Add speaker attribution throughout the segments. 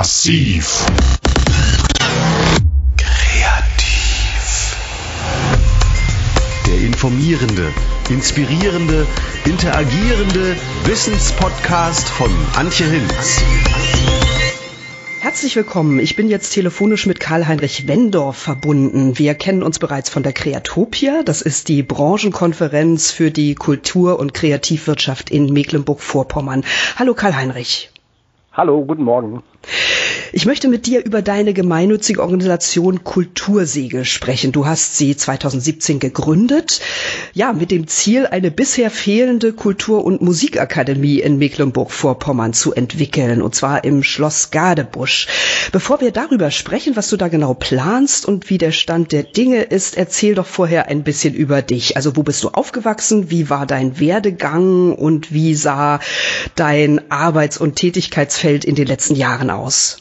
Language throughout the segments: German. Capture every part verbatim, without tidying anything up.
Speaker 1: Massiv. Kreativ. Der informierende, inspirierende, interagierende Wissenspodcast von Antje Hinz.
Speaker 2: Herzlich willkommen. Ich bin jetzt telefonisch mit Karl-Heinrich Wendorf verbunden. Wir kennen uns bereits von der Kreatopia. Das ist die Branchenkonferenz für die Kultur- und Kreativwirtschaft in Mecklenburg-Vorpommern. Hallo Karl-Heinrich.
Speaker 3: Hallo, guten Morgen.
Speaker 2: Ich möchte mit dir über deine gemeinnützige Organisation Kultursegel sprechen. Du hast sie zweitausendsiebzehn gegründet, ja, mit dem Ziel, eine bisher fehlende Kultur- und Musikakademie in Mecklenburg-Vorpommern zu entwickeln, und zwar im Schloss Gadebusch. Bevor wir darüber sprechen, was du da genau planst und wie der Stand der Dinge ist, erzähl doch vorher ein bisschen über dich. Also wo bist du aufgewachsen, wie war dein Werdegang und wie sah dein Arbeits- und Tätigkeitsfeld in den letzten Jahren aus?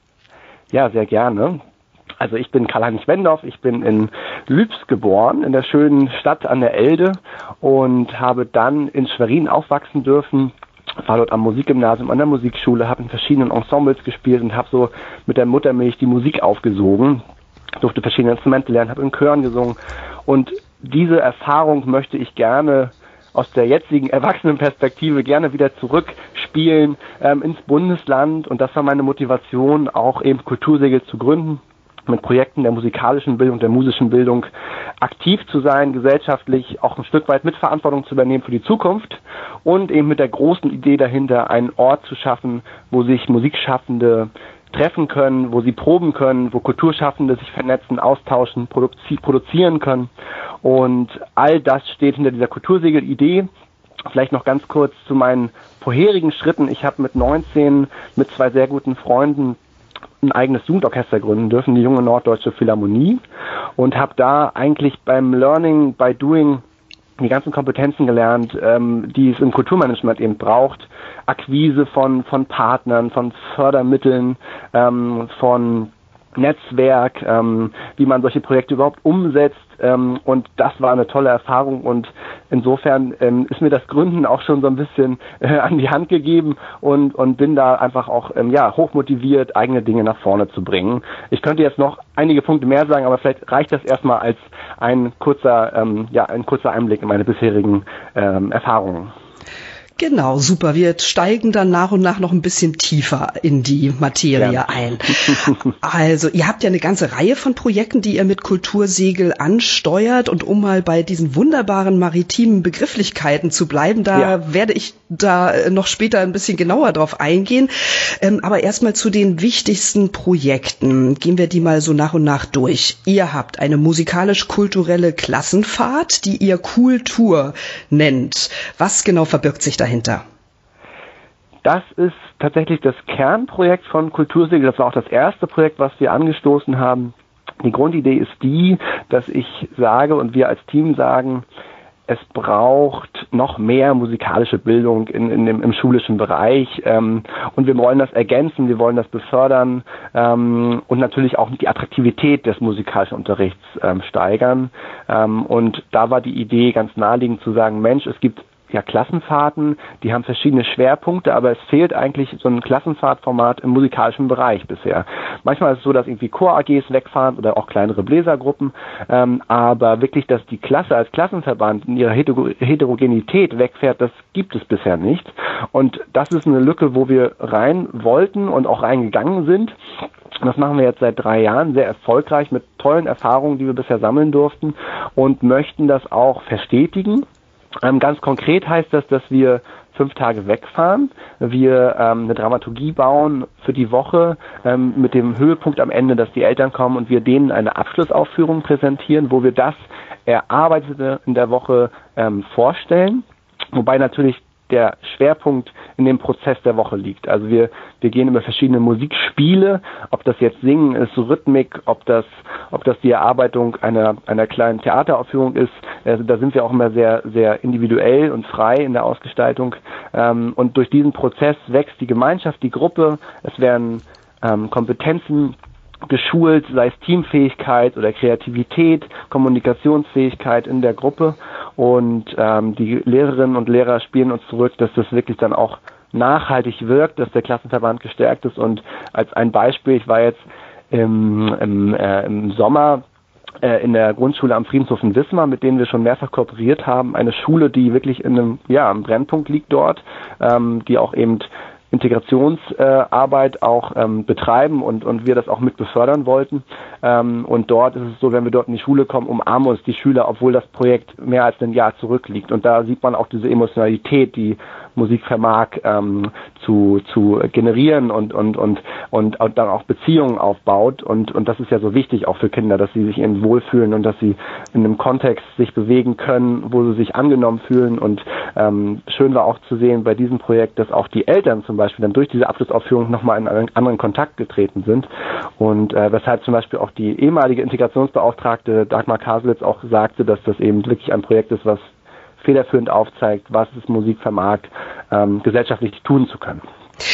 Speaker 3: Ja, sehr gerne. Also ich bin Karl-Heinrich Wendorf, ich bin in Lübs geboren, in der schönen Stadt an der Elde, und habe dann in Schwerin aufwachsen dürfen, war dort am Musikgymnasium, an der Musikschule, habe in verschiedenen Ensembles gespielt und habe so mit der Muttermilch die Musik aufgesogen, durfte verschiedene Instrumente lernen, habe in Chören gesungen, und diese Erfahrung möchte ich gerne aus der jetzigen Erwachsenenperspektive gerne wieder zurückspielen ähm, ins Bundesland, und das war meine Motivation, auch eben Kultursegel zu gründen, mit Projekten der musikalischen Bildung, der musischen Bildung aktiv zu sein, gesellschaftlich auch ein Stück weit Mitverantwortung zu übernehmen für die Zukunft und eben mit der großen Idee dahinter, einen Ort zu schaffen, wo sich Musikschaffende treffen können, wo sie proben können, wo Kulturschaffende sich vernetzen, austauschen, produzi- produzieren können. Und all das steht hinter dieser Kultursegel-Idee. Vielleicht noch ganz kurz zu meinen vorherigen Schritten. Ich habe mit neunzehn mit zwei sehr guten Freunden ein eigenes Jugendorchester gründen dürfen, die Junge Norddeutsche Philharmonie, und habe da eigentlich beim Learning by Doing die ganzen Kompetenzen gelernt, ähm, die es im Kulturmanagement eben braucht. Akquise von von Partnern, von Fördermitteln, ähm, von Netzwerk, ähm, wie man solche Projekte überhaupt umsetzt, ähm, und das war eine tolle Erfahrung, und insofern ähm, ist mir das Gründen auch schon so ein bisschen äh, an die Hand gegeben, und und bin da einfach auch ähm, ja hochmotiviert, eigene Dinge nach vorne zu bringen. Ich könnte jetzt noch einige Punkte mehr sagen, aber vielleicht reicht das erstmal als ein kurzer ähm, ja ein kurzer Einblick in meine bisherigen ähm, Erfahrungen.
Speaker 2: Genau, super. Wir steigen dann nach und nach noch ein bisschen tiefer in die Materie ja. ein. Also, ihr habt ja eine ganze Reihe von Projekten, die ihr mit Kultursegel ansteuert, und um mal bei diesen wunderbaren maritimen Begrifflichkeiten zu bleiben, da ja. werde ich da noch später ein bisschen genauer drauf eingehen. Ähm, aber erstmal zu den wichtigsten Projekten. Gehen wir die mal so nach und nach durch. Ihr habt eine musikalisch-kulturelle Klassenfahrt, die ihr Kultur nennt. Was genau verbirgt sich da dahinter?
Speaker 3: Das ist tatsächlich das Kernprojekt von Kultursegel. Das war auch das erste Projekt, was wir angestoßen haben. Die Grundidee ist die, dass ich sage und wir als Team sagen, es braucht noch mehr musikalische Bildung in, in dem, im schulischen Bereich, ähm, und wir wollen das ergänzen, wir wollen das befördern, ähm, und natürlich auch die Attraktivität des musikalischen Unterrichts ähm, steigern. Ähm, und da war die Idee ganz naheliegend zu sagen, Mensch, es gibt ja Klassenfahrten, die haben verschiedene Schwerpunkte, aber es fehlt eigentlich so ein Klassenfahrtformat im musikalischen Bereich bisher. Manchmal ist es so, dass irgendwie Chor-A Gs wegfahren oder auch kleinere Bläsergruppen, ähm, aber wirklich, dass die Klasse als Klassenverband in ihrer Heter- Heterogenität wegfährt, das gibt es bisher nicht. Und das ist eine Lücke, wo wir rein wollten und auch reingegangen sind. Das machen wir jetzt seit drei Jahren sehr erfolgreich mit tollen Erfahrungen, die wir bisher sammeln durften, und möchten das auch verstetigen. Ähm, ganz konkret heißt das, dass wir fünf Tage wegfahren, wir ähm, eine Dramaturgie bauen für die Woche, ähm, mit dem Höhepunkt am Ende, dass die Eltern kommen und wir denen eine Abschlussaufführung präsentieren, wo wir das Erarbeitete in der Woche ähm, vorstellen, wobei natürlich der Schwerpunkt in dem Prozess der Woche liegt. Also wir wir gehen über verschiedene Musikspiele, ob das jetzt Singen ist, Rhythmik, ob das ob das die Erarbeitung einer einer kleinen Theateraufführung ist. Also da sind wir auch immer sehr sehr individuell und frei in der Ausgestaltung. Ähm, und durch diesen Prozess wächst die Gemeinschaft, die Gruppe. Es werden ähm, Kompetenzen geschult, sei es Teamfähigkeit oder Kreativität, Kommunikationsfähigkeit in der Gruppe. Und ähm, die Lehrerinnen und Lehrer spielen uns zurück, dass das wirklich dann auch nachhaltig wirkt, dass der Klassenverband gestärkt ist. Und als ein Beispiel, ich war jetzt im, im, äh, im Sommer äh, in der Grundschule am Friedenshof in Wismar, mit denen wir schon mehrfach kooperiert haben. Eine Schule, die wirklich in einem, ja, am Brennpunkt liegt dort, ähm, die auch eben Integrationsarbeit äh, auch ähm, betreiben und, und wir das auch mit befördern wollten. Ähm, und dort ist es so, wenn wir dort in die Schule kommen, umarmen uns die Schüler, obwohl das Projekt mehr als ein Jahr zurückliegt. Und da sieht man auch diese Emotionalität, die Musik vermag ähm, zu zu generieren und und und und und dann auch Beziehungen aufbaut und und das ist ja so wichtig auch für Kinder, dass sie sich eben wohlfühlen und dass sie in einem Kontext sich bewegen können, wo sie sich angenommen fühlen. Und ähm, schön war auch zu sehen bei diesem Projekt, dass auch die Eltern zum Beispiel dann durch diese Abschlussaufführung nochmal in einen anderen Kontakt getreten sind und äh, weshalb zum Beispiel auch die ehemalige Integrationsbeauftragte Dagmar Kaselitz auch sagte, dass das eben wirklich ein Projekt ist, was federführend aufzeigt, was es Musik vermag, ähm, gesellschaftlich tun zu können.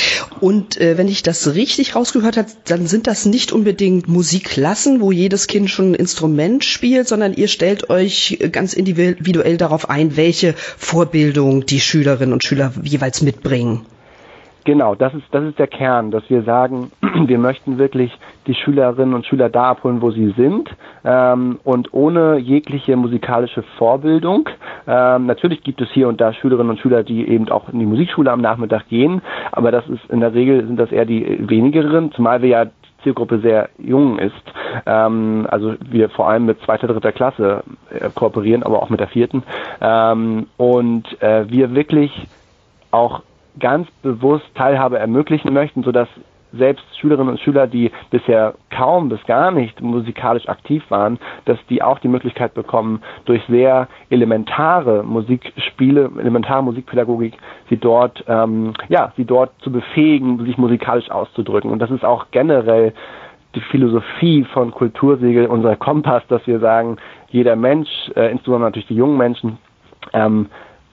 Speaker 2: Und äh, wenn ich das richtig rausgehört habe, dann sind das nicht unbedingt Musikklassen, wo jedes Kind schon ein Instrument spielt, sondern ihr stellt euch ganz individuell darauf ein, welche Vorbildung die Schülerinnen und Schüler jeweils mitbringen.
Speaker 3: Genau, das ist das ist der Kern, dass wir sagen, wir möchten wirklich die Schülerinnen und Schüler da abholen, wo sie sind, ähm, und ohne jegliche musikalische Vorbildung. Ähm, natürlich gibt es hier und da Schülerinnen und Schüler, die eben auch in die Musikschule am Nachmittag gehen, aber das ist in der Regel sind das eher die wenigeren, zumal wir ja Zielgruppe sehr jung ist. Ähm, also wir vor allem mit zweiter, dritter Klasse äh, kooperieren, aber auch mit der vierten. Ähm, und äh, wir wirklich auch ganz bewusst Teilhabe ermöglichen möchten, sodass selbst Schülerinnen und Schüler, die bisher kaum bis gar nicht musikalisch aktiv waren, dass die auch die Möglichkeit bekommen, durch sehr elementare Musikspiele, elementare Musikpädagogik, sie dort, ähm, ja, sie dort zu befähigen, sich musikalisch auszudrücken. Und das ist auch generell die Philosophie von Kultursegel, unser Kompass, dass wir sagen, jeder Mensch, äh, insbesondere natürlich die jungen Menschen, ähm,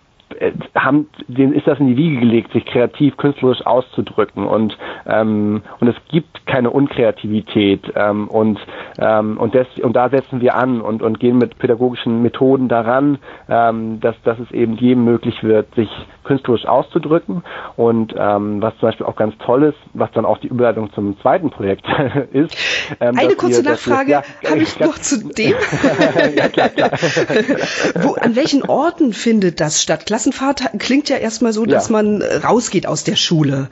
Speaker 3: haben, denen ist das in die Wiege gelegt, sich kreativ, künstlerisch auszudrücken und ähm, und es gibt keine Unkreativität ähm, und ähm, und, des, und da setzen wir an und und gehen mit pädagogischen Methoden daran, ähm, dass dass es eben jedem möglich wird, sich künstlerisch auszudrücken. Und ähm, was zum Beispiel auch ganz toll ist, was dann auch die Überleitung zum zweiten Projekt ist.
Speaker 2: Ähm, Eine kurze wir, Nachfrage wir, ja, habe ich noch zu dem. Ja, klar, klar. Wo, an welchen Orten findet das statt? Klassenfahrt klingt ja erstmal so, dass ja. man rausgeht aus der Schule.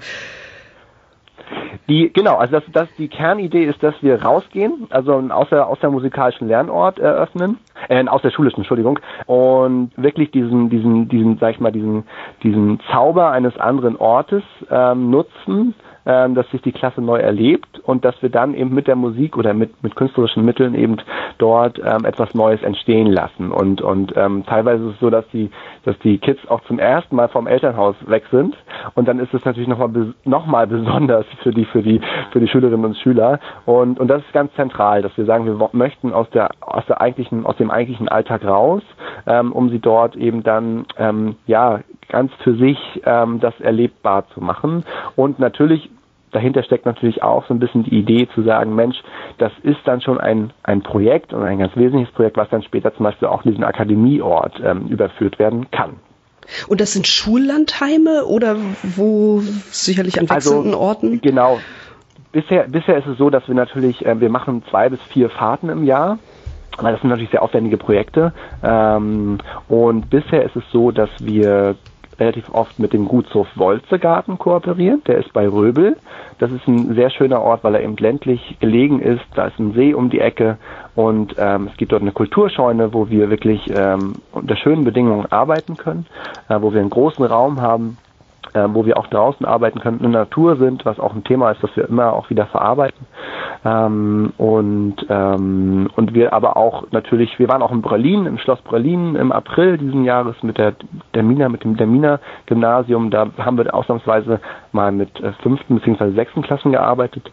Speaker 3: Die, genau, also das, das, die Kernidee ist, dass wir rausgehen, also aus der, aus der musikalischen Lernort eröffnen, äh, aus der schulischen, Entschuldigung, und wirklich diesen, diesen, diesen, sag ich mal, diesen, diesen Zauber eines anderen Ortes ähm, nutzen, ähm, dass sich die Klasse neu erlebt und dass wir dann eben mit der Musik oder mit, mit künstlerischen Mitteln eben dort ähm, etwas Neues entstehen lassen. Und, und ähm, teilweise ist es so, dass die, dass die Kids auch zum ersten Mal vom Elternhaus weg sind. Und dann ist es natürlich nochmal noch mal besonders für die, für die, für die Schülerinnen und Schüler. Und, und das ist ganz zentral, dass wir sagen, wir möchten aus der, aus der eigentlichen, aus dem eigentlichen Alltag raus, ähm, um sie dort eben dann, ähm, ja, ganz für sich ähm, das erlebbar zu machen. Und natürlich, dahinter steckt natürlich auch so ein bisschen die Idee zu sagen, Mensch, das ist dann schon ein, ein Projekt und ein ganz wesentliches Projekt, was dann später zum Beispiel auch in diesen Akademieort ähm, überführt werden kann.
Speaker 2: Und das sind Schullandheime oder wo sicherlich an wechselnden
Speaker 3: also,
Speaker 2: Orten?
Speaker 3: Genau. Bisher, bisher ist es so, dass wir natürlich, äh, wir machen zwei bis vier Fahrten im Jahr. Weil das sind natürlich sehr aufwendige Projekte. Ähm, und bisher ist es so, dass wir relativ oft mit dem Gutshof Wolzegarten kooperieren. Der ist bei Röbel. Das ist ein sehr schöner Ort, weil er eben ländlich gelegen ist. Da ist ein See um die Ecke und ähm, es gibt dort eine Kulturscheune, wo wir wirklich ähm, unter schönen Bedingungen arbeiten können, äh, wo wir einen großen Raum haben, äh, wo wir auch draußen arbeiten können, in der Natur sind, was auch ein Thema ist, das wir immer auch wieder verarbeiten. Ähm, und ähm, und wir aber auch natürlich, wir waren auch in Berlin, im Schloss Berlin im April diesen Jahres mit der der Mina, mit dem der Mina Gymnasium. Da haben wir ausnahmsweise mal mit äh, fünften bzw. sechsten Klassen gearbeitet.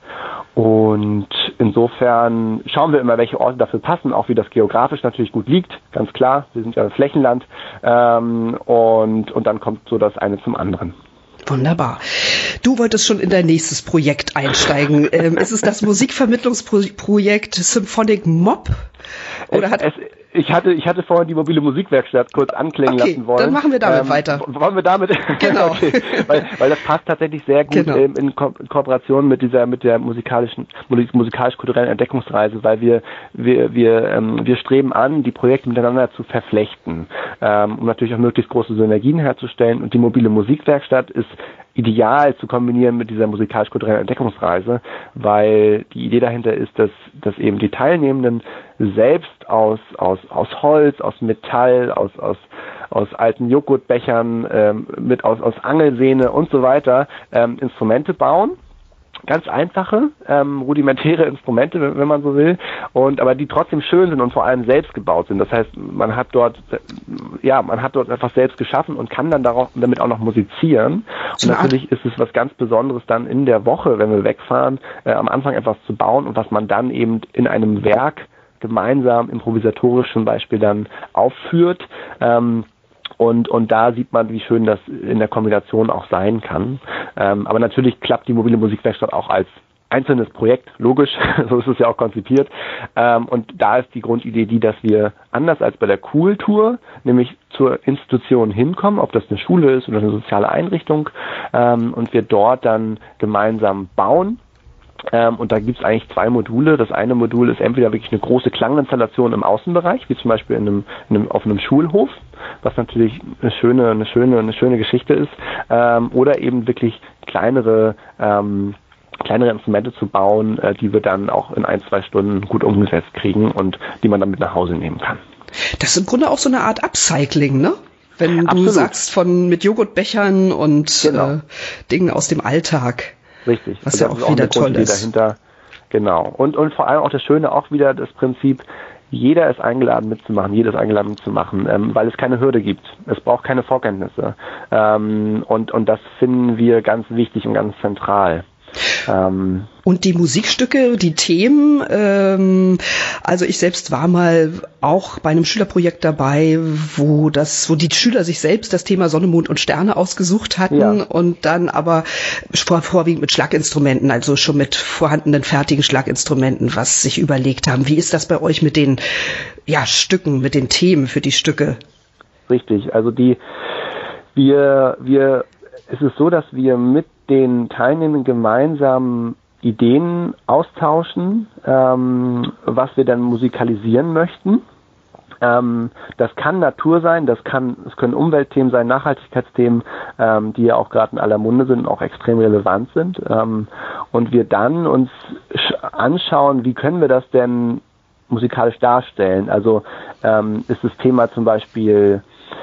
Speaker 3: Und insofern schauen wir immer, welche Orte dafür passen, auch wie das geografisch natürlich gut liegt, ganz klar. Wir sind ja ein Flächenland. Ähm, und und dann kommt so das eine zum anderen.
Speaker 2: Wunderbar. Du wolltest schon in dein nächstes Projekt einsteigen. ähm, ist es das Musikvermittlungsprojekt Symphonic Mob? Oder
Speaker 3: es,
Speaker 2: hat
Speaker 3: es, ich hatte, ich hatte vorhin die mobile Musikwerkstatt kurz anklingen
Speaker 2: okay,
Speaker 3: lassen wollen.
Speaker 2: Dann machen wir damit ähm, weiter.
Speaker 3: Wollen wir damit?
Speaker 2: Genau.
Speaker 3: Okay. weil, weil das passt tatsächlich sehr gut
Speaker 2: genau.
Speaker 3: ähm, in, Ko- in Kooperation mit dieser, mit der musikalischen, musikalisch-kulturellen Entdeckungsreise, weil wir, wir, wir, ähm, wir streben an, die Projekte miteinander zu verflechten, ähm, um natürlich auch möglichst große Synergien herzustellen. Und die mobile Musikwerkstatt ist ideal zu kombinieren mit dieser musikalisch-kulturellen Entdeckungsreise, weil die Idee dahinter ist, dass, dass eben die Teilnehmenden selbst aus, aus, aus Holz, aus Metall, aus, aus, aus alten Joghurtbechern, ähm, mit aus, aus Angelsehne und so weiter ähm, Instrumente bauen. Ganz einfache, ähm, rudimentäre Instrumente, wenn, wenn man so will, und aber die trotzdem schön sind und vor allem selbst gebaut sind. Das heißt, man hat dort, ja, man hat dort einfach selbst geschaffen und kann dann darauf, damit auch noch musizieren. Und natürlich ist es was ganz Besonderes dann in der Woche, wenn wir wegfahren, äh, am Anfang etwas zu bauen und was man dann eben in einem Werk gemeinsam improvisatorisch zum Beispiel dann aufführt. Ähm, Und, und da sieht man, wie schön das in der Kombination auch sein kann. Ähm, aber natürlich klappt die mobile Musikwerkstatt auch als einzelnes Projekt, logisch, so ist es ja auch konzipiert. Ähm, und da ist die Grundidee die, dass wir anders als bei der Cool-Tour, nämlich zur Institution hinkommen, ob das eine Schule ist oder eine soziale Einrichtung, ähm, und wir dort dann gemeinsam bauen. Ähm, und da gibt es eigentlich zwei Module. Das eine Modul ist entweder wirklich eine große Klanginstallation im Außenbereich, wie zum Beispiel in einem, in einem, auf einem Schulhof, was natürlich eine schöne, eine schöne, eine schöne Geschichte ist, ähm, oder eben wirklich kleinere, ähm, kleinere Instrumente zu bauen, äh, die wir dann auch in ein, zwei Stunden gut umgesetzt kriegen und die man dann mit nach Hause nehmen kann.
Speaker 2: Das ist im Grunde auch so eine Art Upcycling, ne? Wenn
Speaker 3: Absolut.
Speaker 2: Du sagst von mit Joghurtbechern und
Speaker 3: genau.
Speaker 2: äh, Dingen aus dem Alltag.
Speaker 3: Richtig.
Speaker 2: Was ja auch, auch wieder toll ist.
Speaker 3: Dahinter. Genau. Und, und vor allem auch das Schöne, auch wieder das Prinzip, jeder ist eingeladen mitzumachen, jeder ist eingeladen mitzumachen, ähm, weil es keine Hürde gibt. Es braucht keine Vorkenntnisse. Ähm, und, und das finden wir ganz wichtig und ganz zentral. Ähm,
Speaker 2: und die Musikstücke, die Themen, ähm, also ich selbst war mal auch bei einem Schülerprojekt dabei, wo das, wo die Schüler sich selbst das Thema Sonne, Mond und Sterne ausgesucht hatten ja. und dann aber vor, vorwiegend mit Schlaginstrumenten, also schon mit vorhandenen fertigen Schlaginstrumenten, was sich überlegt haben. Wie ist das bei euch mit den ja, Stücken, mit den Themen für die Stücke?
Speaker 3: Richtig, also die wir, wir, es ist so, dass wir mit den Teilnehmern gemeinsam Ideen austauschen, ähm, was wir dann musikalisieren möchten. Ähm, das kann Natur sein, das kann, es können Umweltthemen sein, Nachhaltigkeitsthemen, ähm, die ja auch gerade in aller Munde sind und auch extrem relevant sind. Ähm, und wir dann uns anschauen, wie können wir das denn musikalisch darstellen. Also ähm, ist das Thema zum Beispiel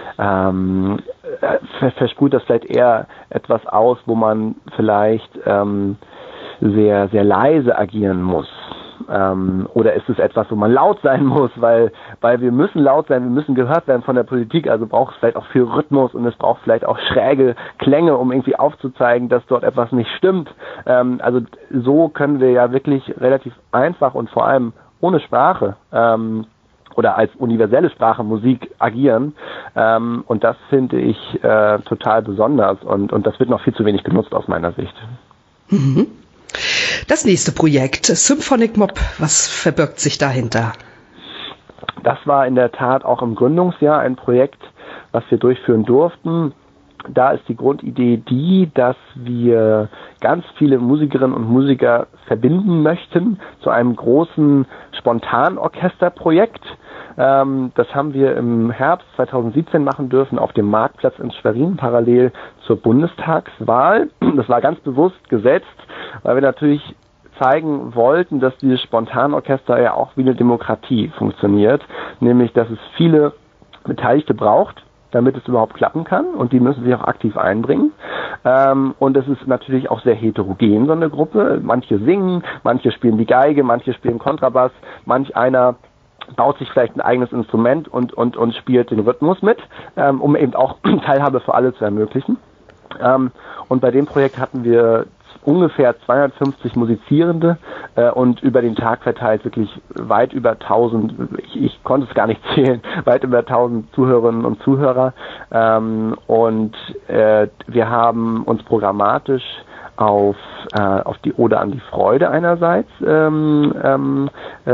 Speaker 3: ähm, versprüht das vielleicht eher etwas aus, wo man vielleicht ähm, sehr, sehr leise agieren muss. Ähm, oder ist es etwas, wo man laut sein muss, weil, weil wir müssen laut sein, wir müssen gehört werden von der Politik, also braucht es vielleicht auch viel Rhythmus und es braucht vielleicht auch schräge Klänge, um irgendwie aufzuzeigen, dass dort etwas nicht stimmt. Ähm, also so können wir ja wirklich relativ einfach und vor allem ohne Sprache ähm, oder als universelle Sprache Musik agieren. Ähm, und das finde ich äh, total besonders und, und das wird noch viel zu wenig genutzt aus meiner Sicht.
Speaker 2: Mhm. Das nächste Projekt, Symphonic Mob, was verbirgt sich dahinter?
Speaker 3: Das war in der Tat auch im Gründungsjahr ein Projekt, was wir durchführen durften. Da ist die Grundidee die, dass wir ganz viele Musikerinnen und Musiker verbinden möchten zu einem großen Spontanorchesterprojekt. Ähm, das haben wir im Herbst zweitausendsiebzehn machen dürfen auf dem Marktplatz in Schwerin, parallel zur Bundestagswahl. Das war ganz bewusst gesetzt, weil wir natürlich zeigen wollten, dass dieses Spontanorchester ja auch wie eine Demokratie funktioniert, nämlich dass es viele Beteiligte braucht, damit es überhaupt klappen kann, und die müssen sich auch aktiv einbringen. Ähm, und es ist natürlich auch sehr heterogen, so eine Gruppe. Manche singen, manche spielen die Geige, manche spielen Kontrabass, manch einer baut sich vielleicht ein eigenes Instrument und, und, und spielt den Rhythmus mit, ähm, um eben auch Teilhabe für alle zu ermöglichen. Ähm, und bei dem Projekt hatten wir ungefähr zweihundertfünfzig Musizierende äh, und über den Tag verteilt wirklich weit über tausend, ich, ich konnte es gar nicht zählen, weit über tausend Zuhörerinnen und Zuhörer. Ähm, und äh, wir haben uns programmatisch auf, äh, auf die Ode an die Freude einerseits ähm, ähm,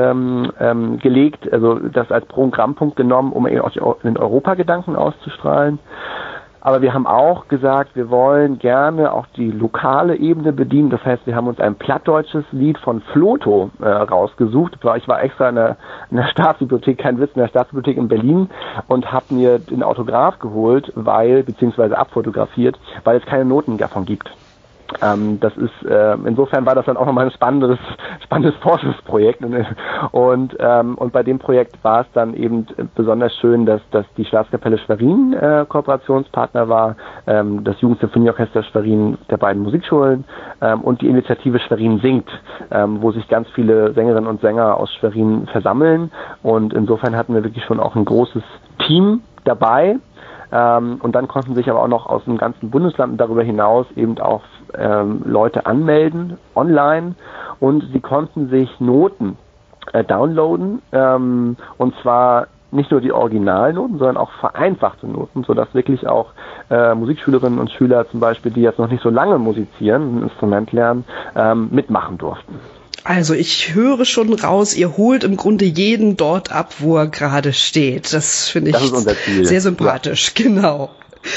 Speaker 3: ähm, gelegt, also das als Programmpunkt genommen, um eben auch den Europagedanken auszustrahlen. Aber wir haben auch gesagt, wir wollen gerne auch die lokale Ebene bedienen. Das heißt, wir haben uns ein plattdeutsches Lied von Floto äh, rausgesucht. Ich war extra in der, in der Staatsbibliothek, kein Witz, in der Staatsbibliothek in Berlin und habe mir den Autograph geholt, weil, beziehungsweise abfotografiert, weil es keine Noten davon gibt. Ähm, das ist, äh, insofern war das dann auch nochmal ein spannendes, spannendes Forschungsprojekt und, und, ähm, und bei dem Projekt war es dann eben besonders schön, dass, dass die Staatskapelle Schwerin äh, Kooperationspartner war, ähm, das Jugendsinfonieorchester Schwerin der beiden Musikschulen ähm, und die Initiative Schwerin singt, ähm, wo sich ganz viele Sängerinnen und Sänger aus Schwerin versammeln und insofern hatten wir wirklich schon auch ein großes Team dabei. Ähm, und dann konnten sich aber auch noch aus dem ganzen Bundesland und darüber hinaus eben auch ähm, Leute anmelden online und sie konnten sich Noten äh, downloaden ähm, und zwar nicht nur die Originalnoten, sondern auch vereinfachte Noten, sodass wirklich auch äh, Musikschülerinnen und Schüler zum Beispiel, die jetzt noch nicht so lange musizieren, ein Instrument lernen, ähm, mitmachen durften.
Speaker 2: Also ich höre schon raus, ihr holt im Grunde jeden dort ab, wo er gerade steht. Das finde ich
Speaker 3: das ist unser Ziel.
Speaker 2: Sehr sympathisch, ja. Genau.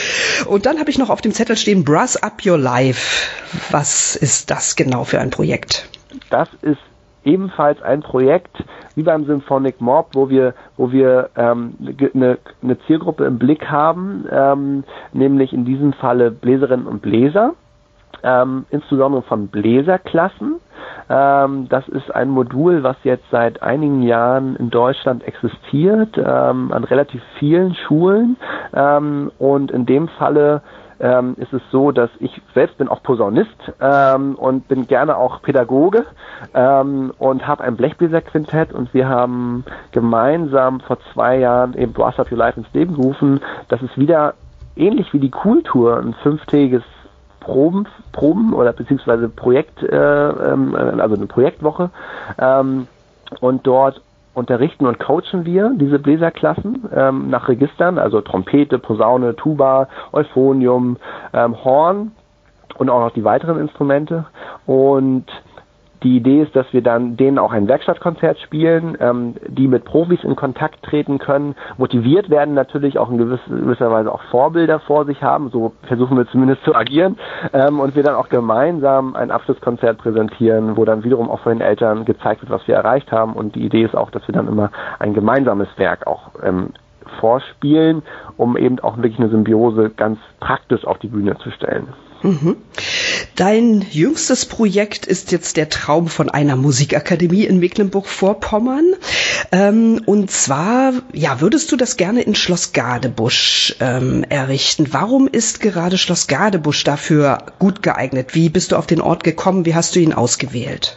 Speaker 2: Und dann habe ich noch auf dem Zettel stehen, Brass Up Your Life. Was ist das genau für ein Projekt?
Speaker 3: Das ist ebenfalls ein Projekt wie beim Symphonic Mob, wo wir wo wir ähm, eine, eine Zielgruppe im Blick haben, ähm, nämlich in diesem Falle Bläserinnen und Bläser, ähm, insbesondere von Bläserklassen. Ähm, das ist ein Modul, was jetzt seit einigen Jahren in Deutschland existiert, ähm, an relativ vielen Schulen. Ähm, und in dem Falle ähm, ist es so, dass ich selbst bin auch Posaunist ähm, und bin gerne auch Pädagoge ähm, und habe ein Blechbläserquintett und wir haben gemeinsam vor zwei Jahren eben Brass Up Your Life ins Leben gerufen. Das ist wieder ähnlich wie die Kultur, ein fünftägiges Proben, Proben oder beziehungsweise Projekt, äh, also eine Projektwoche ähm, und dort unterrichten und coachen wir diese Bläserklassen ähm, nach Registern, also Trompete, Posaune, Tuba, Euphonium, ähm, Horn und auch noch die weiteren Instrumente und die Idee ist, dass wir dann denen auch ein Werkstattkonzert spielen, ähm, die mit Profis in Kontakt treten können, motiviert werden natürlich auch in gewisser, gewisser Weise auch Vorbilder vor sich haben, so versuchen wir zumindest zu agieren ähm, und wir dann auch gemeinsam ein Abschlusskonzert präsentieren, wo dann wiederum auch von den Eltern gezeigt wird, was wir erreicht haben und die Idee ist auch, dass wir dann immer ein gemeinsames Werk auch ähm, vorspielen, um eben auch wirklich eine Symbiose ganz praktisch auf die Bühne zu stellen.
Speaker 2: Mhm. Dein jüngstes Projekt ist jetzt der Traum von einer Musikakademie in Mecklenburg-Vorpommern. Ähm, und zwar, ja, würdest du das gerne in Schloss Gadebusch ähm, errichten? Warum ist gerade Schloss Gadebusch dafür gut geeignet? Wie bist du auf den Ort gekommen? Wie hast du ihn ausgewählt?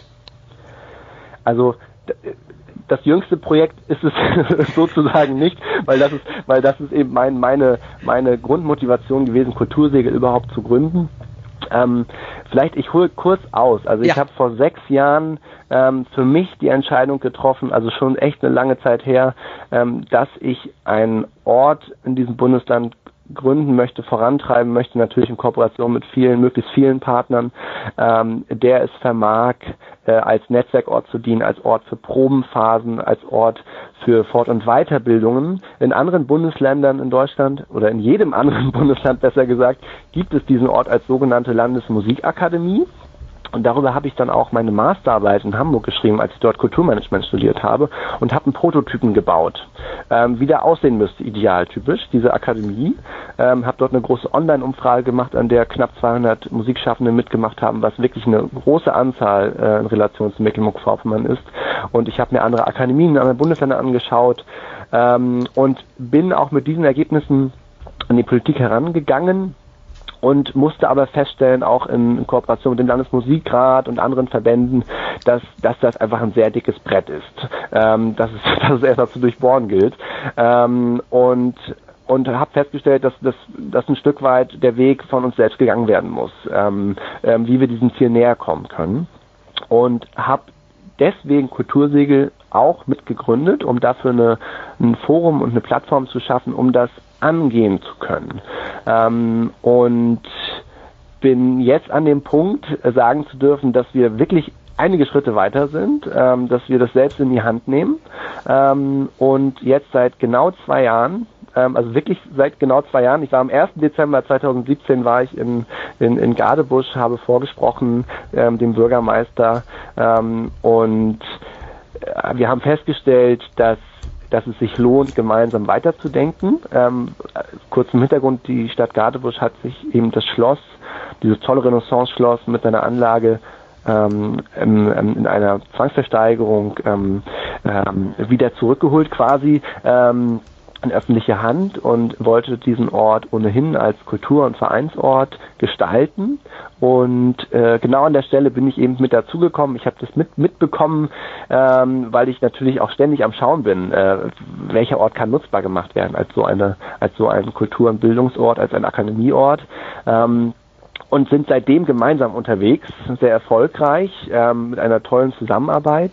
Speaker 3: Also das jüngste Projekt ist es sozusagen nicht, weil das ist, weil das ist eben mein, meine, meine Grundmotivation gewesen, Kultursegel überhaupt zu gründen. Ähm, vielleicht, ich hole kurz aus. Also ja. Ich habe vor sechs Jahren ähm, für mich die Entscheidung getroffen, also schon echt eine lange Zeit her, ähm, dass ich einen Ort in diesem Bundesland gründen möchte, vorantreiben möchte, natürlich in Kooperation mit vielen, möglichst vielen Partnern, ähm, der es vermag, äh, als Netzwerkort zu dienen, als Ort für Probenphasen, als Ort für Fort- und Weiterbildungen. In anderen Bundesländern in Deutschland oder in jedem anderen Bundesland besser gesagt, gibt es diesen Ort als sogenannte Landesmusikakademie. Und darüber habe ich dann auch meine Masterarbeit in Hamburg geschrieben, als ich dort Kulturmanagement studiert habe und habe einen Prototypen gebaut, ähm, wie der aussehen müsste, idealtypisch, diese Akademie. Ähm, habe dort eine große Online-Umfrage gemacht, an der knapp zweihundert Musikschaffende mitgemacht haben, was wirklich eine große Anzahl äh, in Relation zu Mecklenburg-Vorpommern ist. Und ich habe mir andere Akademien, andere Bundesländer angeschaut ähm, und bin auch mit diesen Ergebnissen an die Politik herangegangen. Und musste aber feststellen, auch in Kooperation mit dem Landesmusikrat und anderen Verbänden, dass, dass das einfach ein sehr dickes Brett ist, ähm, dass, es, dass es erstmal zu durchbohren gilt. Ähm, und und habe festgestellt, dass, dass, dass ein Stück weit der Weg von uns selbst gegangen werden muss, ähm, ähm, wie wir diesem Ziel näher kommen können. Und habe deswegen Kultursegel auch mitgegründet, um dafür eine, ein Forum und eine Plattform zu schaffen, um das angehen zu können. Ähm, und bin jetzt an dem Punkt, äh, sagen zu dürfen, dass wir wirklich einige Schritte weiter sind, ähm, dass wir das selbst in die Hand nehmen ähm, und jetzt seit genau zwei Jahren, ähm, also wirklich seit genau zwei Jahren, ich war am ersten Dezember zweitausendsiebzehn war ich in, in, in Gadebusch, habe vorgesprochen ähm, dem Bürgermeister ähm, und äh, wir haben festgestellt, dass dass es sich lohnt, gemeinsam weiterzudenken. Ähm, kurz im Hintergrund, die Stadt Gadebusch hat sich eben das Schloss, dieses tolle Renaissance-Schloss mit seiner Anlage ähm, in, in einer Zwangsversteigerung ähm, ähm, wieder zurückgeholt quasi ähm, in öffentliche Hand und wollte diesen Ort ohnehin als Kultur- und Vereinsort gestalten. Und äh, genau an der Stelle bin ich eben mit dazugekommen. Ich habe das mit mitbekommen, ähm, weil ich natürlich auch ständig am Schauen bin, äh, welcher Ort kann nutzbar gemacht werden als so eine, als so ein Kultur- und Bildungsort, als ein Akademieort. Ähm, und sind seitdem gemeinsam unterwegs, sehr erfolgreich, ähm, mit einer tollen Zusammenarbeit.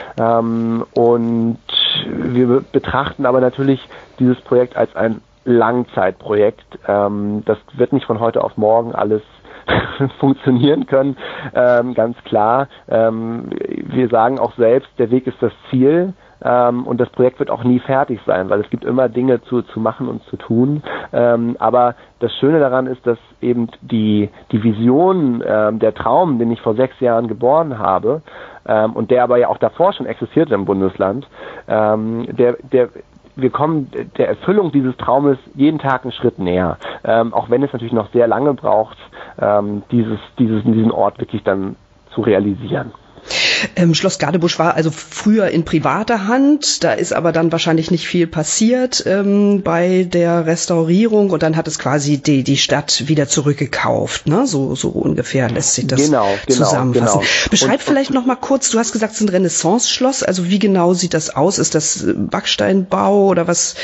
Speaker 3: Ähm, und wir betrachten aber natürlich dieses Projekt als ein Langzeitprojekt. Ähm, das wird nicht von heute auf morgen alles funktionieren können, ähm, ganz klar. Ähm, wir sagen auch selbst, der Weg ist das Ziel. Ähm, und das Projekt wird auch nie fertig sein, weil es gibt immer Dinge zu, zu machen und zu tun. Ähm, aber das Schöne daran ist, dass eben die, die Vision, ähm, der Traum, den ich vor sechs Jahren geboren habe, ähm, und der aber ja auch davor schon existierte im Bundesland, ähm, der, der, wir kommen der Erfüllung dieses Traumes jeden Tag einen Schritt näher, ähm, auch wenn es natürlich noch sehr lange braucht, ähm, dieses, dieses, diesen Ort wirklich dann zu realisieren.
Speaker 2: Ähm, Schloss Gadebusch war also früher in privater Hand, da ist aber dann wahrscheinlich nicht viel passiert ähm, bei der Restaurierung und dann hat es quasi die, die Stadt wieder zurückgekauft, ne? So, so ungefähr lässt sich das
Speaker 3: genau, genau,
Speaker 2: zusammenfassen.
Speaker 3: Genau.
Speaker 2: Beschreib
Speaker 3: und,
Speaker 2: vielleicht noch mal kurz, du hast gesagt, es ist ein Renaissance-Schloss, also wie genau sieht das aus? Ist das Backsteinbau oder was?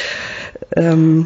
Speaker 2: Ähm,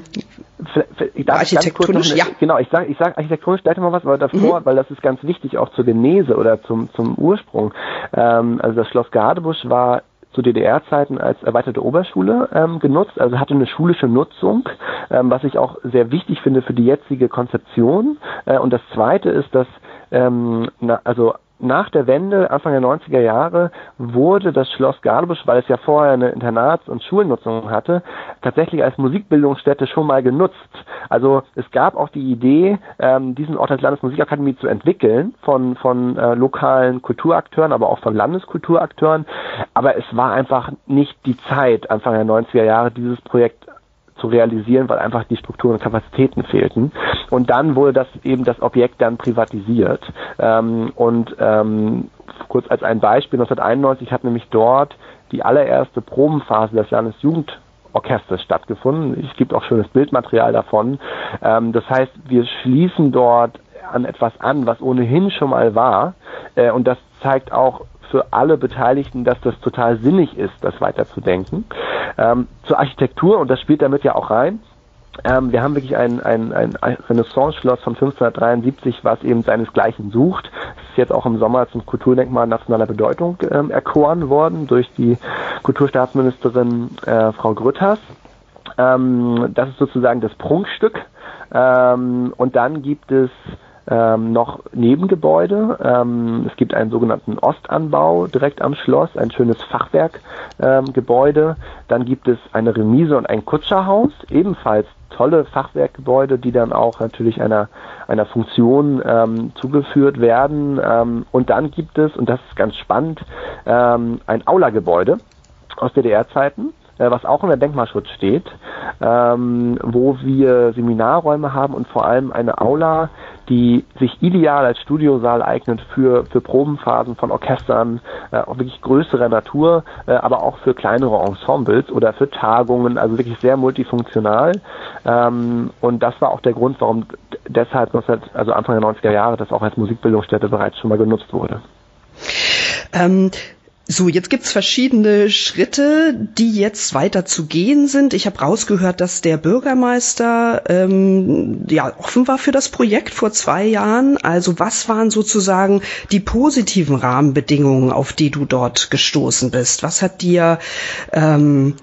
Speaker 3: Darf
Speaker 2: architektonisch,
Speaker 3: eine,
Speaker 2: ja.
Speaker 3: Genau, ich sage ich sag architektonisch gleich mal was, aber davor, mhm. weil das ist ganz wichtig auch zur Genese oder zum, zum Ursprung. Ähm, also das Schloss Gadebusch war zu D D R-Zeiten als erweiterte Oberschule ähm, genutzt, also hatte eine schulische Nutzung, ähm, was ich auch sehr wichtig finde für die jetzige Konzeption. Äh, und das Zweite ist, dass ähm, na, also nach der Wende, Anfang der neunziger Jahre, wurde das Schloss Gadebusch, weil es ja vorher eine Internats- und Schulnutzung hatte, tatsächlich als Musikbildungsstätte schon mal genutzt. Also es gab auch die Idee, ähm, diesen Ort als Landesmusikakademie zu entwickeln von, von äh, lokalen Kulturakteuren, aber auch von Landeskulturakteuren. Aber es war einfach nicht die Zeit, Anfang der neunziger Jahre, dieses Projekt zu realisieren, weil einfach die Strukturen und Kapazitäten fehlten. Und dann wurde das eben das Objekt dann privatisiert. Ähm, und ähm, kurz als ein Beispiel, neunzehnhunderteinundneunzig hat nämlich dort die allererste Probenphase des Landesjugendorchesters stattgefunden. Es gibt auch schönes Bildmaterial davon. Ähm, das heißt, wir schließen dort an etwas an, was ohnehin schon mal war. Äh, und das zeigt auch für alle Beteiligten, dass das total sinnig ist, das weiterzudenken. Ähm, zur Architektur, und das spielt damit ja auch rein, ähm, wir haben wirklich ein, ein, ein Renaissance-Schloss von fünfzehnhundertdreiundsiebzig, was eben seinesgleichen sucht. Es ist jetzt auch im Sommer zum Kulturdenkmal nationaler Bedeutung ähm, erkoren worden durch die Kulturstaatsministerin äh, Frau Grütters. Ähm, das ist sozusagen das Prunkstück. Ähm, und dann gibt es Ähm, noch Nebengebäude. Ähm, es gibt einen sogenannten Ostanbau direkt am Schloss, ein schönes Fachwerkgebäude. Ähm, dann gibt es eine Remise und ein Kutscherhaus, ebenfalls tolle Fachwerkgebäude, die dann auch natürlich einer einer Funktion ähm, zugeführt werden. Ähm, und dann gibt es, und das ist ganz spannend, ähm, ein Aula-Gebäude aus D D R-Zeiten, was auch unter Denkmalschutz steht, ähm, wo wir Seminarräume haben und vor allem eine Aula, die sich ideal als Studiosaal eignet für für Probenphasen von Orchestern, äh, auch wirklich größerer Natur, äh, aber auch für kleinere Ensembles oder für Tagungen, also wirklich sehr multifunktional. Ähm, und das war auch der Grund, warum deshalb, also Anfang der neunziger Jahre, das auch als Musikbildungsstätte bereits schon mal genutzt wurde.
Speaker 2: Ähm So, jetzt gibt's verschiedene Schritte, die jetzt weiter zu gehen sind. Ich habe rausgehört, dass der Bürgermeister ähm, ja offen war für das Projekt vor zwei Jahren. Also was waren sozusagen die positiven Rahmenbedingungen, auf die du dort gestoßen bist? Was hat dir ähm,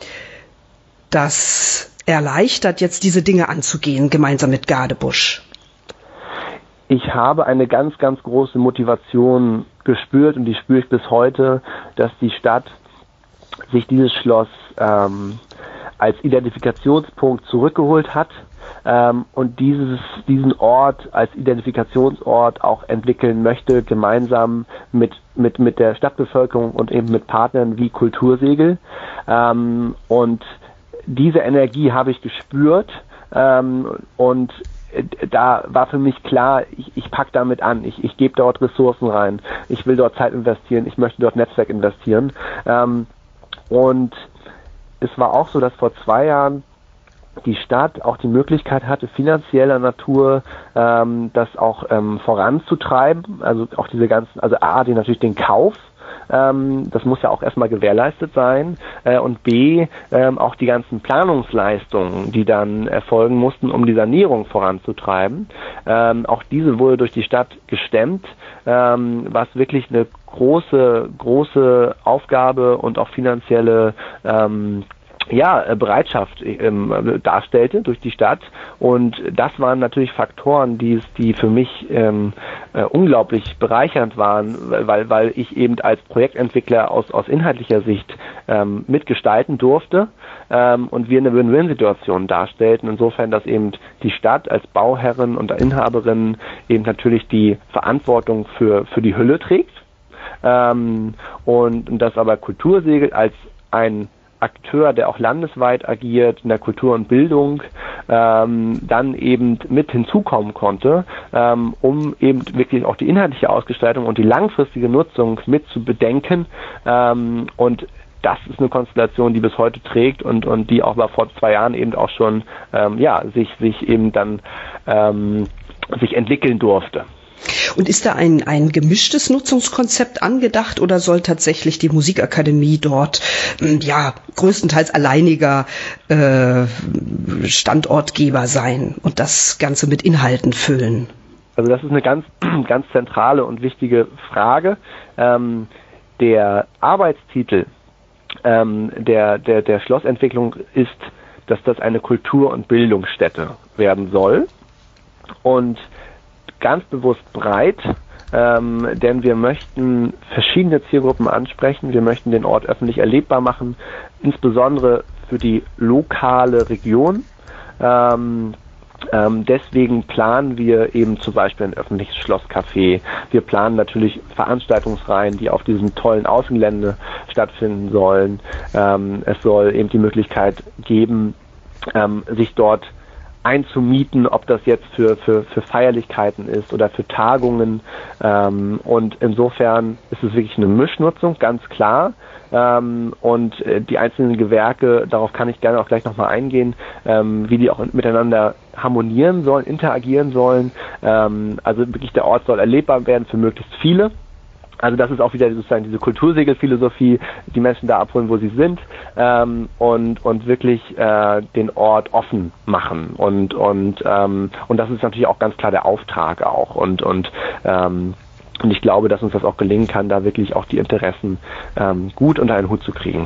Speaker 2: das erleichtert, jetzt diese Dinge anzugehen, gemeinsam mit Gadebusch?
Speaker 3: ich habe eine ganz, ganz große Motivation gespürt und die spüre ich bis heute, dass die Stadt sich dieses Schloss ähm, als Identifikationspunkt zurückgeholt hat ähm, und dieses, diesen Ort als Identifikationsort auch entwickeln möchte, gemeinsam mit, mit, mit der Stadtbevölkerung und eben mit Partnern wie Kultursegel. Ähm, und diese Energie habe ich gespürt ähm, und da war für mich klar, ich, ich packe damit an, ich, ich gebe dort Ressourcen rein, ich will dort Zeit investieren, ich möchte dort Netzwerk investieren. Ähm, und es war auch so, dass vor zwei Jahren die Stadt auch die Möglichkeit hatte, finanzieller Natur ähm, das auch ähm, voranzutreiben, also auch diese ganzen, also A, die natürlich den Kauf, ähm, das muss ja auch erstmal gewährleistet sein, äh, und B, ähm, auch die ganzen Planungsleistungen, die dann erfolgen mussten, um die Sanierung voranzutreiben. Ähm, auch diese wurde durch die Stadt gestemmt, ähm, was wirklich eine große, große Aufgabe und auch finanzielle ähm, ja, Bereitschaft ähm, darstellte durch die Stadt. Und das waren natürlich Faktoren, die es, die für mich ähm, äh, unglaublich bereichernd waren, weil, weil ich eben als Projektentwickler aus, aus inhaltlicher Sicht ähm, mitgestalten durfte ähm, und wir eine Win-Win-Situation darstellten. Insofern, dass eben die Stadt als Bauherrin und Inhaberin eben natürlich die Verantwortung für, für die Hülle trägt ähm, und, und dass aber Kultursegel als ein Akteur, der auch landesweit agiert in der Kultur und Bildung, ähm, dann eben mit hinzukommen konnte, ähm, um eben wirklich auch die inhaltliche Ausgestaltung und die langfristige Nutzung mit zu bedenken. Ähm, und das ist eine Konstellation, die bis heute trägt und, und die auch mal vor zwei Jahren eben auch schon ähm, ja, sich, sich eben dann ähm, sich entwickeln durfte.
Speaker 2: Und ist da ein, ein gemischtes Nutzungskonzept angedacht oder soll tatsächlich die Musikakademie dort ja größtenteils alleiniger äh, Standortgeber sein und das Ganze mit Inhalten füllen?
Speaker 3: Also das ist eine ganz, ganz zentrale und wichtige Frage. Ähm, der Arbeitstitel ähm, der, der, der Schlossentwicklung ist, dass das eine Kultur- und Bildungsstätte werden soll. Und ganz bewusst breit, ähm, denn wir möchten verschiedene Zielgruppen ansprechen. Wir möchten den Ort öffentlich erlebbar machen, insbesondere für die lokale Region. Ähm, ähm, deswegen planen wir eben zum Beispiel ein öffentliches Schlosscafé. Wir planen natürlich Veranstaltungsreihen, die auf diesem tollen Außengelände stattfinden sollen. Ähm, es soll eben die Möglichkeit geben, ähm, sich dort einzumieten, ob das jetzt für, für, für Feierlichkeiten ist oder für Tagungen. Ähm, und insofern ist es wirklich eine Mischnutzung, ganz klar. Ähm, und äh, die einzelnen Gewerke, darauf kann ich gerne auch gleich nochmal eingehen, ähm, wie die auch miteinander harmonieren sollen, interagieren sollen. Ähm, also wirklich der Ort soll erlebbar werden für möglichst viele. Also das ist auch wieder sozusagen diese Kultursegelphilosophie, die Menschen da abholen, wo sie sind, ähm, und und wirklich äh, den Ort offen machen und und ähm, und das ist natürlich auch ganz klar der Auftrag auch und und ähm, und ich glaube, dass uns das auch gelingen kann, da wirklich auch die Interessen ähm, gut unter einen Hut zu kriegen.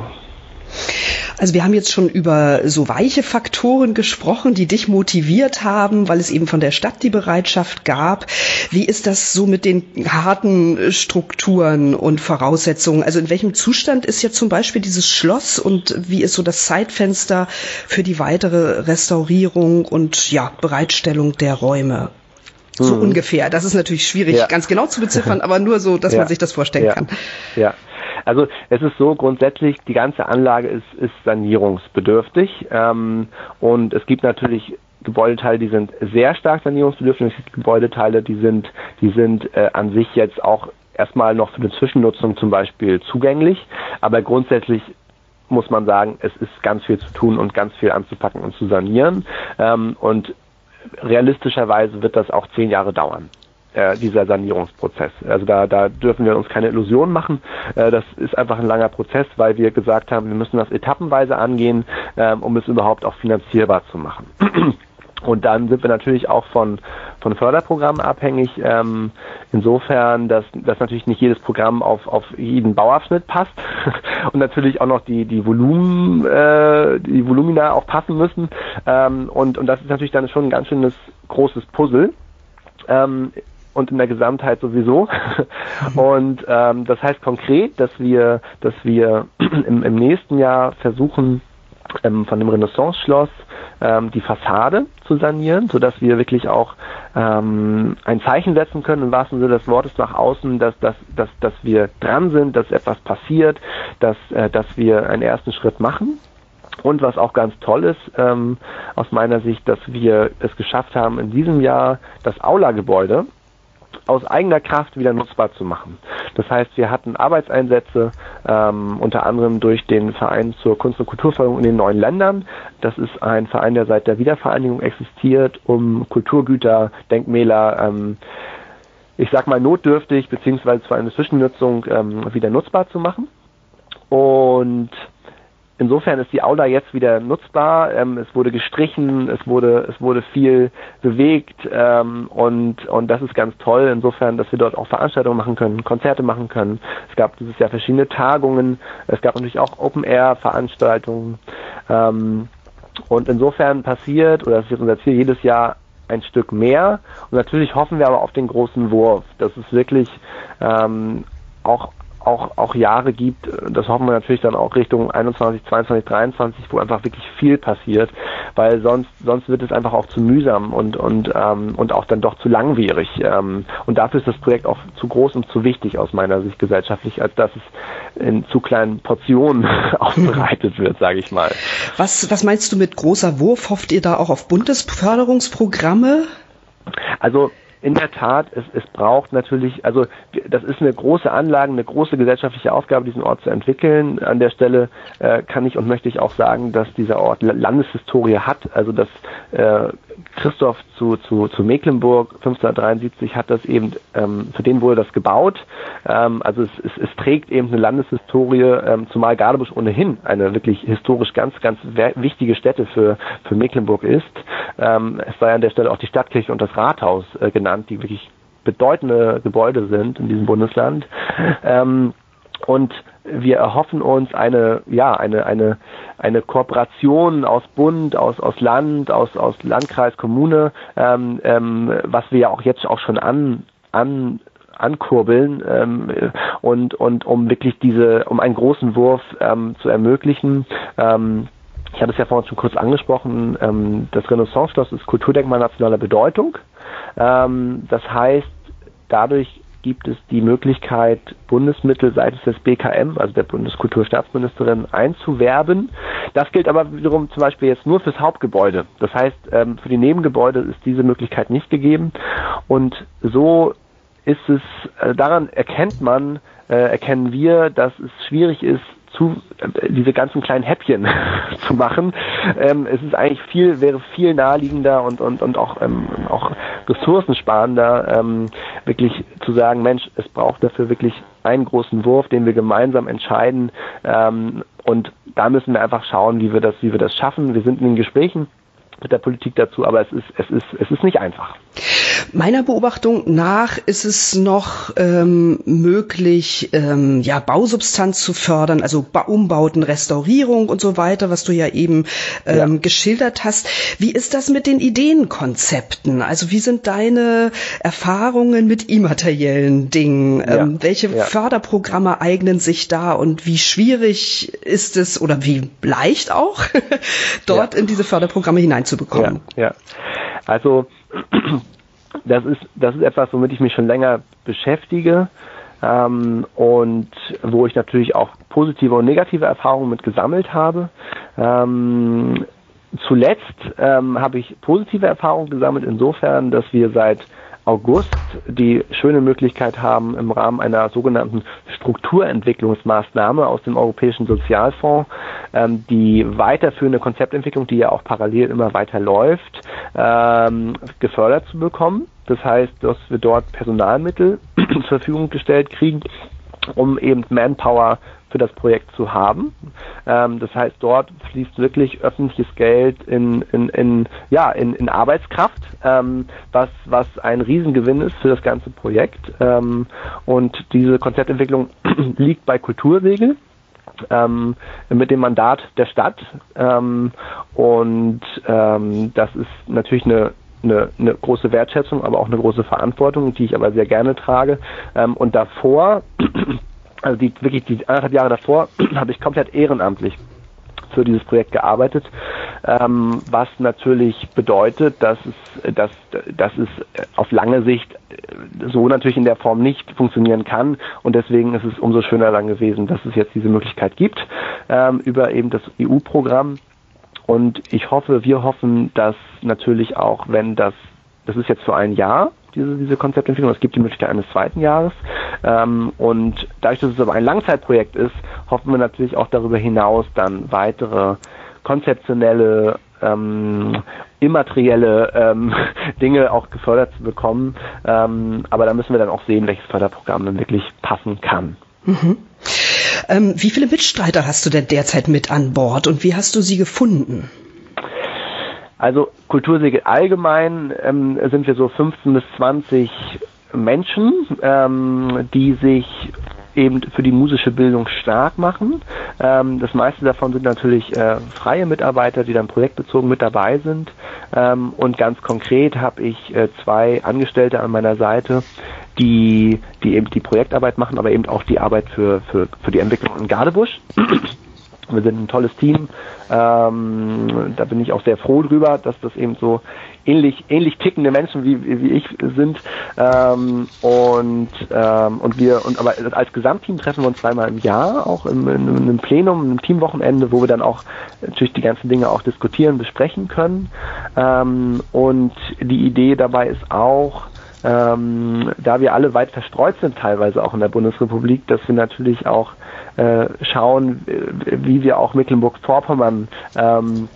Speaker 2: Also wir haben jetzt schon über so weiche Faktoren gesprochen, die dich motiviert haben, weil es eben von der Stadt die Bereitschaft gab. Wie ist das so mit den harten Strukturen und Voraussetzungen? Also in welchem Zustand ist jetzt zum Beispiel dieses Schloss und wie ist so das Zeitfenster für die weitere Restaurierung und ja, Bereitstellung der Räume? So mhm. ungefähr. Das ist natürlich schwierig, ja. ganz genau zu beziffern, aber nur so, dass ja. man sich das vorstellen
Speaker 3: ja.
Speaker 2: kann.
Speaker 3: Ja. Also es ist so, grundsätzlich, die ganze Anlage ist, ist sanierungsbedürftig ähm, und es gibt natürlich Gebäudeteile, die sind sehr stark sanierungsbedürftig, es gibt Gebäudeteile, die sind, die sind äh, an sich jetzt auch erstmal noch für eine Zwischennutzung zum Beispiel zugänglich, aber grundsätzlich muss man sagen, es ist ganz viel zu tun und ganz viel anzupacken und zu sanieren ähm, und realistischerweise wird das auch zehn Jahre dauern. Dieser Sanierungsprozess. Also da, da dürfen wir uns keine Illusionen machen. Das ist einfach ein langer Prozess, weil wir gesagt haben, wir müssen das etappenweise angehen, um es überhaupt auch finanzierbar zu machen. Und dann sind wir natürlich auch von, von Förderprogrammen abhängig. Ähm, insofern, dass, dass natürlich nicht jedes Programm auf, auf jeden Bauabschnitt passt und natürlich auch noch die, die Volumen, äh, die Volumina auch passen müssen. Ähm, und, und das ist natürlich dann schon ein ganz schönes großes Puzzle. Ähm, und in der Gesamtheit sowieso. Und ähm, das heißt konkret, dass wir, dass wir im, im nächsten Jahr versuchen, ähm, von dem Renaissance-Schloss ähm, die Fassade zu sanieren, sodass wir wirklich auch ähm, ein Zeichen setzen können, im wahrsten Sinne des Wortes nach außen, dass, dass, dass, dass wir dran sind, dass etwas passiert, dass, äh, dass wir einen ersten Schritt machen. Und was auch ganz toll ist, ähm, aus meiner Sicht, dass wir es geschafft haben, in diesem Jahr das Aula-Gebäude aus eigener Kraft wieder nutzbar zu machen. Das heißt, wir hatten Arbeitseinsätze, ähm, unter anderem durch den Verein zur Kunst- und Kulturförderung in den neuen Ländern. Das ist ein Verein, der seit der Wiedervereinigung existiert, um Kulturgüter, Denkmäler, ähm, ich sag mal notdürftig, beziehungsweise für eine Zwischennutzung ähm, wieder nutzbar zu machen. Und insofern ist die Aula jetzt wieder nutzbar. Ähm, es wurde gestrichen, es wurde es wurde viel bewegt ähm, und und das ist ganz toll. Insofern, dass wir dort auch Veranstaltungen machen können, Konzerte machen können. Es gab dieses Jahr verschiedene Tagungen. Es gab natürlich auch Open-Air-Veranstaltungen. Ähm, und insofern passiert, oder das ist jetzt unser Ziel, jedes Jahr ein Stück mehr. Und natürlich hoffen wir aber auf den großen Wurf, dass es wirklich ähm, auch auch auch Jahre gibt, das hoffen wir natürlich dann auch Richtung einundzwanzig, zweiundzwanzig, dreiundzwanzig, wo einfach wirklich viel passiert, weil sonst sonst wird es einfach auch zu mühsam und und ähm, und auch dann doch zu langwierig. Ähm, und dafür ist das Projekt auch zu groß und zu wichtig aus meiner Sicht gesellschaftlich, als dass es in zu kleinen Portionen aufbereitet wird, sage ich mal.
Speaker 2: Was was meinst du mit großer Wurf? Hofft ihr da auch auf Bundesförderungsprogramme?
Speaker 3: Also in der Tat, es, es braucht natürlich, also das ist eine große Anlage, eine große gesellschaftliche Aufgabe, diesen Ort zu entwickeln. An der Stelle äh, kann ich und möchte ich auch sagen, dass dieser Ort Landeshistorie hat. Also dass äh, Christoph zu, zu, zu Mecklenburg fünfzehnhundertdreiundsiebzig hat das eben, ähm, für den wurde das gebaut. Ähm, also es, es, es trägt eben eine Landeshistorie, ähm, zumal Gadebusch ohnehin eine wirklich historisch ganz, ganz wichtige Stätte für, für Mecklenburg ist. Ähm, es sei an der Stelle auch die Stadtkirche und das Rathaus äh, genannt, die wirklich bedeutende Gebäude sind in diesem Bundesland. Ähm, und wir erhoffen uns eine, ja, eine, eine, eine Kooperation aus Bund, aus, aus Land, aus, aus Landkreis, Kommune, ähm, ähm, was wir ja auch jetzt auch schon an, an, ankurbeln, ähm, und, und um wirklich diese, um einen großen Wurf, ähm, zu ermöglichen. Ähm, ich hatte es ja vorhin schon kurz angesprochen, ähm, das Renaissance-Schloss ist Kulturdenkmal nationaler Bedeutung. Ähm, das heißt, dadurch gibt es die Möglichkeit, Bundesmittel seitens des B K M, also der Bundeskulturstaatsministerin, einzuwerben. Das gilt aber wiederum zum Beispiel jetzt nur fürs Hauptgebäude. Das heißt, ähm, für die Nebengebäude ist diese Möglichkeit nicht gegeben. Und so ist es, äh, daran erkennt man, äh, erkennen wir, dass es schwierig ist, zu, äh, diese ganzen kleinen Häppchen zu machen. Ähm, es ist eigentlich viel, wäre viel naheliegender und, und, und auch, ähm, auch ressourcensparender, ähm, wirklich zu sagen, Mensch, es braucht dafür wirklich einen großen Wurf, den wir gemeinsam entscheiden, ähm, und da müssen wir einfach schauen, wie wir das, wie wir das schaffen. Wir sind in den Gesprächen mit der Politik dazu, aber es ist, es ist, es ist nicht einfach.
Speaker 2: Meiner Beobachtung nach ist es noch ähm, möglich, ähm, ja, Bausubstanz zu fördern, also ba- Umbauten, Restaurierung und so weiter, was du ja eben ähm, ja. geschildert hast. Wie ist das mit den Ideenkonzepten? Also wie sind deine Erfahrungen mit immateriellen Dingen? Ja. Ähm, welche ja. Förderprogramme eignen sich da und wie schwierig ist es oder wie leicht auch, dort ja. in diese Förderprogramme hineinzubekommen?
Speaker 3: Ja, ja. Also Das ist, das ist etwas, womit ich mich schon länger beschäftige, ähm, und wo ich natürlich auch positive und negative Erfahrungen mit gesammelt habe. Ähm, zuletzt ähm, habe ich positive Erfahrungen gesammelt insofern, dass wir seit August die schöne Möglichkeit haben, im Rahmen einer sogenannten Strukturentwicklungsmaßnahme aus dem Europäischen Sozialfonds ähm, die weiterführende Konzeptentwicklung, die ja auch parallel immer weiter läuft, ähm, gefördert zu bekommen. Das heißt, dass wir dort Personalmittel zur Verfügung gestellt kriegen, um eben Manpower für das Projekt zu haben. Ähm, das heißt, dort fließt wirklich öffentliches Geld in, in, in, ja, in, in Arbeitskraft, ähm, was, was ein Riesengewinn ist für das ganze Projekt. Ähm, und diese Konzeptentwicklung liegt bei Kultursegel, ähm, mit dem Mandat der Stadt. Ähm, und ähm, das ist natürlich eine eine, eine große Wertschätzung, aber auch eine große Verantwortung, die ich aber sehr gerne trage. Ähm, und davor, also die wirklich die anderthalb Jahre davor, habe ich komplett ehrenamtlich für dieses Projekt gearbeitet, ähm, was natürlich bedeutet, dass es, dass, dass es auf lange Sicht so natürlich in der Form nicht funktionieren kann, und deswegen ist es umso schöner dann gewesen, dass es jetzt diese Möglichkeit gibt, ähm, über eben das E U-Programm, und ich hoffe, wir hoffen, dass natürlich auch, wenn das, das ist jetzt für ein Jahr, diese, diese Konzeptentwicklung, es gibt die Möglichkeit eines zweiten Jahres, ähm, und dadurch, dass es aber ein Langzeitprojekt ist, hoffen wir natürlich auch darüber hinaus dann weitere konzeptionelle, ähm, immaterielle ähm, Dinge auch gefördert zu bekommen, ähm, aber da müssen wir dann auch sehen, welches Förderprogramm dann wirklich passen kann.
Speaker 2: Mhm. Ähm, wie viele Mitstreiter hast du denn derzeit mit an Bord und wie hast du sie gefunden?
Speaker 3: Also Kultursegel allgemein ähm, sind wir so fünfzehn bis zwanzig Menschen, ähm, die sich eben für die musische Bildung stark machen. Ähm, das meiste davon sind natürlich äh, freie Mitarbeiter, die dann projektbezogen mit dabei sind. Ähm, und ganz konkret habe ich äh, zwei Angestellte an meiner Seite, die, die eben die Projektarbeit machen, aber eben auch die Arbeit für, für, für die Entwicklung in Gadebusch. Wir sind ein tolles Team. Ähm, da bin ich auch sehr froh drüber, dass das eben so ähnlich ähnlich tickende Menschen wie wie ich sind. Ähm, und ähm, und wir und aber als Gesamtteam treffen wir uns zweimal im Jahr, auch in, in, in einem Plenum, einem Teamwochenende, wo wir dann auch natürlich die ganzen Dinge auch diskutieren, besprechen können. Ähm, und die Idee dabei ist auch, ähm, da wir alle weit verstreut sind, teilweise auch in der Bundesrepublik, dass wir natürlich auch äh, schauen, wie wir auch Mecklenburg-Vorpommern ähm,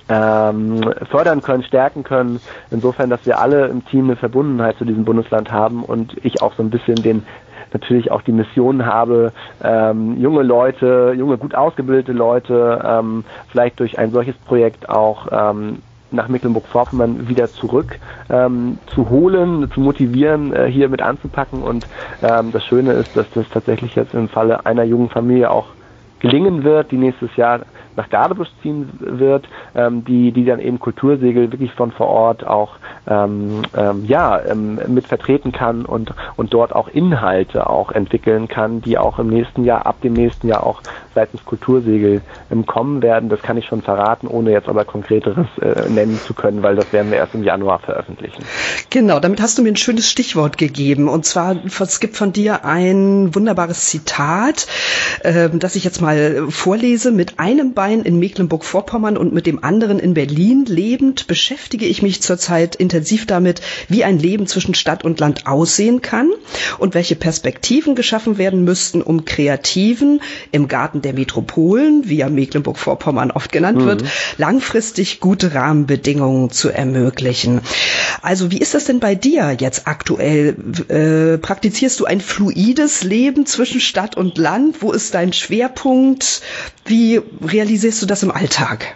Speaker 3: ähm, fördern können, stärken können. Insofern, dass wir alle im Team eine Verbundenheit zu diesem Bundesland haben und ich auch so ein bisschen den natürlich auch die Mission habe, ähm, junge Leute, junge, gut ausgebildete Leute ähm, vielleicht durch ein solches Projekt auch ähm, nach Mecklenburg-Vorpommern wieder zurück ähm, zu holen, zu motivieren, äh, hier mit anzupacken. Und ähm, das Schöne ist, dass das tatsächlich jetzt im Falle einer jungen Familie auch gelingen wird, die nächstes Jahr nach Gadebusch ziehen wird, ähm, die die dann eben Kultursegel wirklich von vor Ort auch ähm, ähm, ja ähm, mit vertreten kann und und dort auch Inhalte auch entwickeln kann, die auch im nächsten Jahr, ab dem nächsten Jahr auch seitens Kultursegel ähm, kommen werden. Das kann ich schon verraten, ohne jetzt aber Konkreteres äh, nennen zu können, weil das werden wir erst im Januar veröffentlichen.
Speaker 2: Genau, damit hast du mir ein schönes Stichwort gegeben. Und zwar, es gibt von dir ein wunderbares Zitat, äh, das ich jetzt mal vorlese. Mit einem Bein in Mecklenburg-Vorpommern und mit dem anderen in Berlin lebend beschäftige ich mich zurzeit intensiv damit, wie ein Leben zwischen Stadt und Land aussehen kann und welche Perspektiven geschaffen werden müssten, um Kreativen im Garten der Metropolen, wie ja Mecklenburg-Vorpommern oft genannt mhm. wird, langfristig gute Rahmenbedingungen zu ermöglichen. Also wie ist das denn bei dir jetzt aktuell? Äh, praktizierst du ein fluides Leben zwischen Stadt und Land? Wo ist dein Schwerpunkt? Wie realisierst du das im Alltag?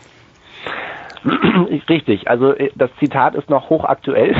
Speaker 3: Richtig, also das Zitat ist noch hochaktuell.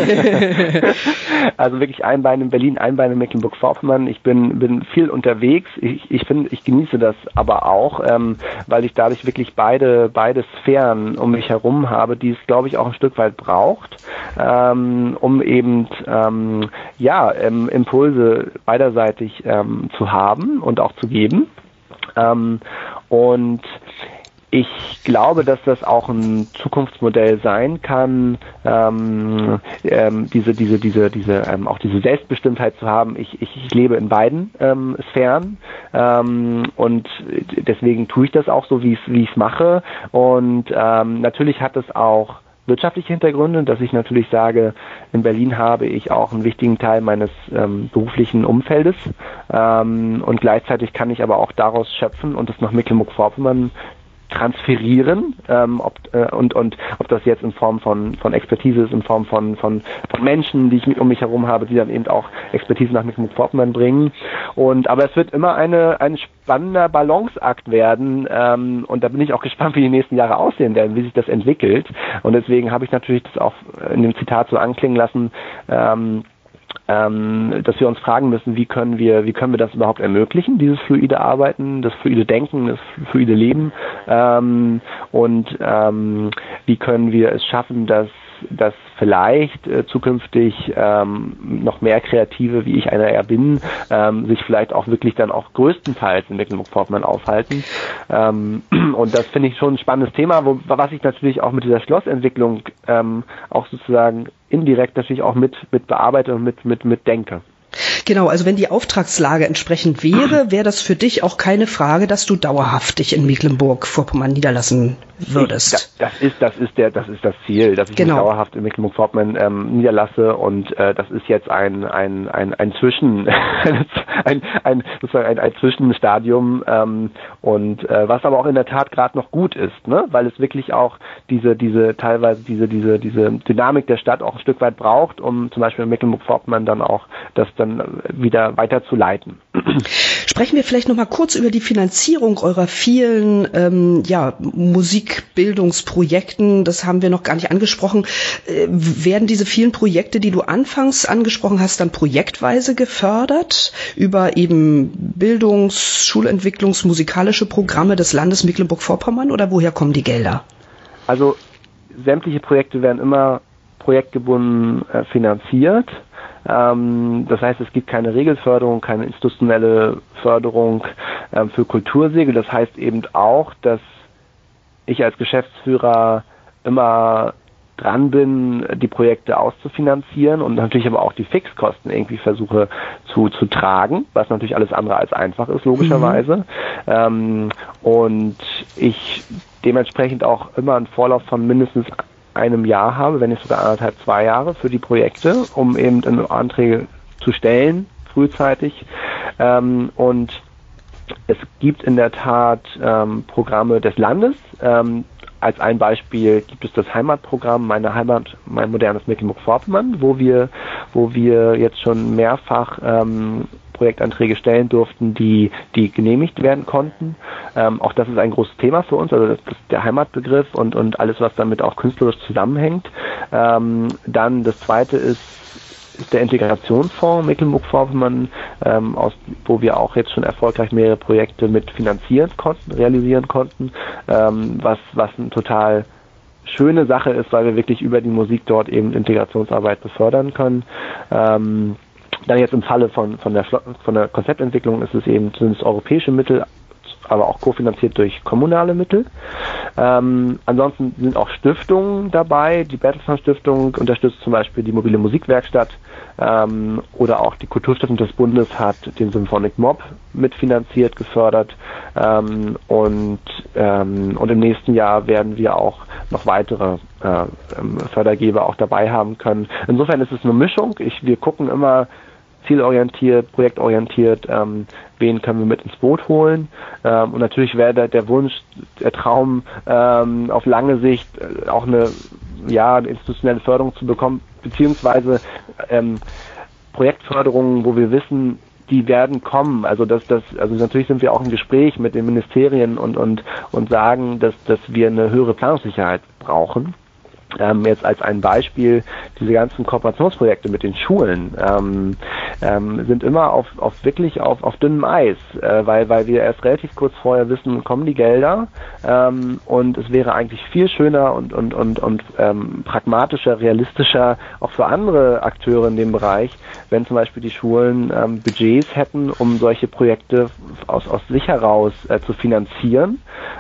Speaker 3: Also wirklich ein Bein in Berlin, ein Bein in Mecklenburg-Vorpommern. Ich bin bin viel unterwegs. Ich ich finde, ich genieße das aber auch, ähm, weil ich dadurch wirklich beide beide Sphären um mich herum habe, die es, glaube ich, auch ein Stück weit braucht, ähm, um eben ähm, ja ähm, Impulse beiderseitig ähm, zu haben und auch zu geben. Ähm, und ich glaube, dass das auch ein Zukunftsmodell sein kann, ähm, ähm, diese, diese, diese, diese, ähm, auch diese Selbstbestimmtheit zu haben. Ich, ich, ich lebe in beiden ähm, Sphären ähm, und deswegen tue ich das auch so, wie ich wie ich es mache. Und ähm, natürlich hat es auch wirtschaftliche Hintergründe, dass ich natürlich sage, in Berlin habe ich auch einen wichtigen Teil meines ähm, beruflichen Umfeldes ähm, und gleichzeitig kann ich aber auch daraus schöpfen und das nach Mecklenburg-Vorpommern transferieren, ähm, ob, äh, und und ob das jetzt in Form von von Expertise ist, in Form von von von Menschen, die ich um mich herum habe, die dann eben auch Expertise nach Mecklenburg-Vorpommern bringen. Und aber es wird immer eine ein spannender Balanceakt werden, ähm, und da bin ich auch gespannt, wie die nächsten Jahre aussehen werden, wie sich das entwickelt. Und deswegen habe ich natürlich das auch in dem Zitat so anklingen lassen, ähm, Ähm, dass wir uns fragen müssen, wie können wir, wie können wir das überhaupt ermöglichen, dieses fluide Arbeiten, das fluide Denken, das fluide Leben, ähm, und ähm, wie können wir es schaffen, dass, dass vielleicht äh, zukünftig ähm, noch mehr Kreative, wie ich einer eher bin, ähm, sich vielleicht auch wirklich dann auch größtenteils in Mecklenburg-Vorpommern aufhalten. Ähm, und das finde ich schon ein spannendes Thema, wo, was ich natürlich auch mit dieser Schlossentwicklung ähm, auch sozusagen indirekt natürlich auch mit, mit bearbeite und mit, mit, mit denke.
Speaker 2: Genau, also wenn die Auftragslage entsprechend wäre, wäre das für dich auch keine Frage, dass du dauerhaft dich in Mecklenburg-Vorpommern niederlassen würdest.
Speaker 3: Ich, das, das ist, das ist der, das ist das Ziel, dass ich
Speaker 2: genau.
Speaker 3: mich dauerhaft in Mecklenburg-Vorpommern ähm, niederlasse, und äh, das ist jetzt ein ein ein ein Zwischen ein ein sozusagen ein, ein Zwischenstadium ähm, und äh, was aber auch in der Tat gerade noch gut ist, ne, weil es wirklich auch diese diese teilweise diese diese diese Dynamik der Stadt auch ein Stück weit braucht, um zum Beispiel in Mecklenburg-Vorpommern dann auch das dann wieder weiter zu leiten.
Speaker 2: Sprechen wir vielleicht noch mal kurz über die Finanzierung eurer vielen ähm, ja, Musikbildungsprojekten. Das haben wir noch gar nicht angesprochen. Äh, werden diese vielen Projekte, die du anfangs angesprochen hast, dann projektweise gefördert über eben Bildungs-, Schulentwicklungs-, musikalische Programme des Landes Mecklenburg-Vorpommern, oder woher kommen die Gelder?
Speaker 3: Also sämtliche Projekte werden immer projektgebunden äh, finanziert. Ähm, das heißt, es gibt keine Regelförderung, keine institutionelle Förderung ähm, für Kultursegel. Das heißt eben auch, dass ich als Geschäftsführer immer dran bin, die Projekte auszufinanzieren und natürlich aber auch die Fixkosten irgendwie versuche zu, zu tragen, was natürlich alles andere als einfach ist, logischerweise. Mhm. Ähm, und ich dementsprechend auch immer einen Vorlauf von mindestens einem Jahr habe, wenn nicht sogar anderthalb, zwei Jahre für die Projekte, um eben Anträge zu stellen, frühzeitig. Ähm, und es gibt in der Tat ähm, Programme des Landes. Ähm, als ein Beispiel gibt es das Heimatprogramm Meine Heimat, mein modernes Mecklenburg-Vorpommern, wo wir, wo wir jetzt schon mehrfach ähm, Projektanträge stellen durften, die, die genehmigt werden konnten. Ähm, auch das ist ein großes Thema für uns, also das ist der Heimatbegriff und, und alles, was damit auch künstlerisch zusammenhängt. Ähm, dann das zweite ist, ist der Integrationsfonds Mecklenburg-Vorpommern, ähm, aus, wo wir auch jetzt schon erfolgreich mehrere Projekte mit finanzieren konnten, realisieren konnten, ähm, was, was eine total schöne Sache ist, weil wir wirklich über die Musik dort eben Integrationsarbeit befördern können. Ähm, Dann jetzt im Falle von, von, der, von der Konzeptentwicklung ist es eben, sind es europäische Mittel, aber auch kofinanziert durch kommunale Mittel. Ähm, ansonsten sind auch Stiftungen dabei. Die Bertelsmann Stiftung unterstützt zum Beispiel die mobile Musikwerkstatt, ähm, oder auch die Kulturstiftung des Bundes hat den Symphonic Mob mitfinanziert, gefördert, ähm, und, ähm, und im nächsten Jahr werden wir auch noch weitere äh, Fördergeber auch dabei haben können. Insofern ist es eine Mischung. Ich, wir gucken immer zielorientiert, projektorientiert, ähm, wen können wir mit ins Boot holen. Ähm, und natürlich wäre der, der Wunsch, der Traum, ähm, auf lange Sicht äh, auch eine, ja, eine institutionelle Förderung zu bekommen, beziehungsweise ähm, Projektförderungen, wo wir wissen, die werden kommen. Also das, das, also natürlich sind wir auch im Gespräch mit den Ministerien und und und sagen, dass dass wir eine höhere Planungssicherheit brauchen. Ähm, jetzt als ein Beispiel, diese ganzen Kooperationsprojekte mit den Schulen ähm, ähm, sind immer auf, auf wirklich auf, auf dünnem Eis, äh, weil, weil wir erst relativ kurz vorher wissen, kommen die Gelder, ähm, und es wäre eigentlich viel schöner und, und, und, und ähm, pragmatischer, realistischer, auch für andere Akteure in dem Bereich, wenn zum Beispiel die Schulen ähm, Budgets hätten, um solche Projekte aus, aus sich heraus äh, zu finanzieren,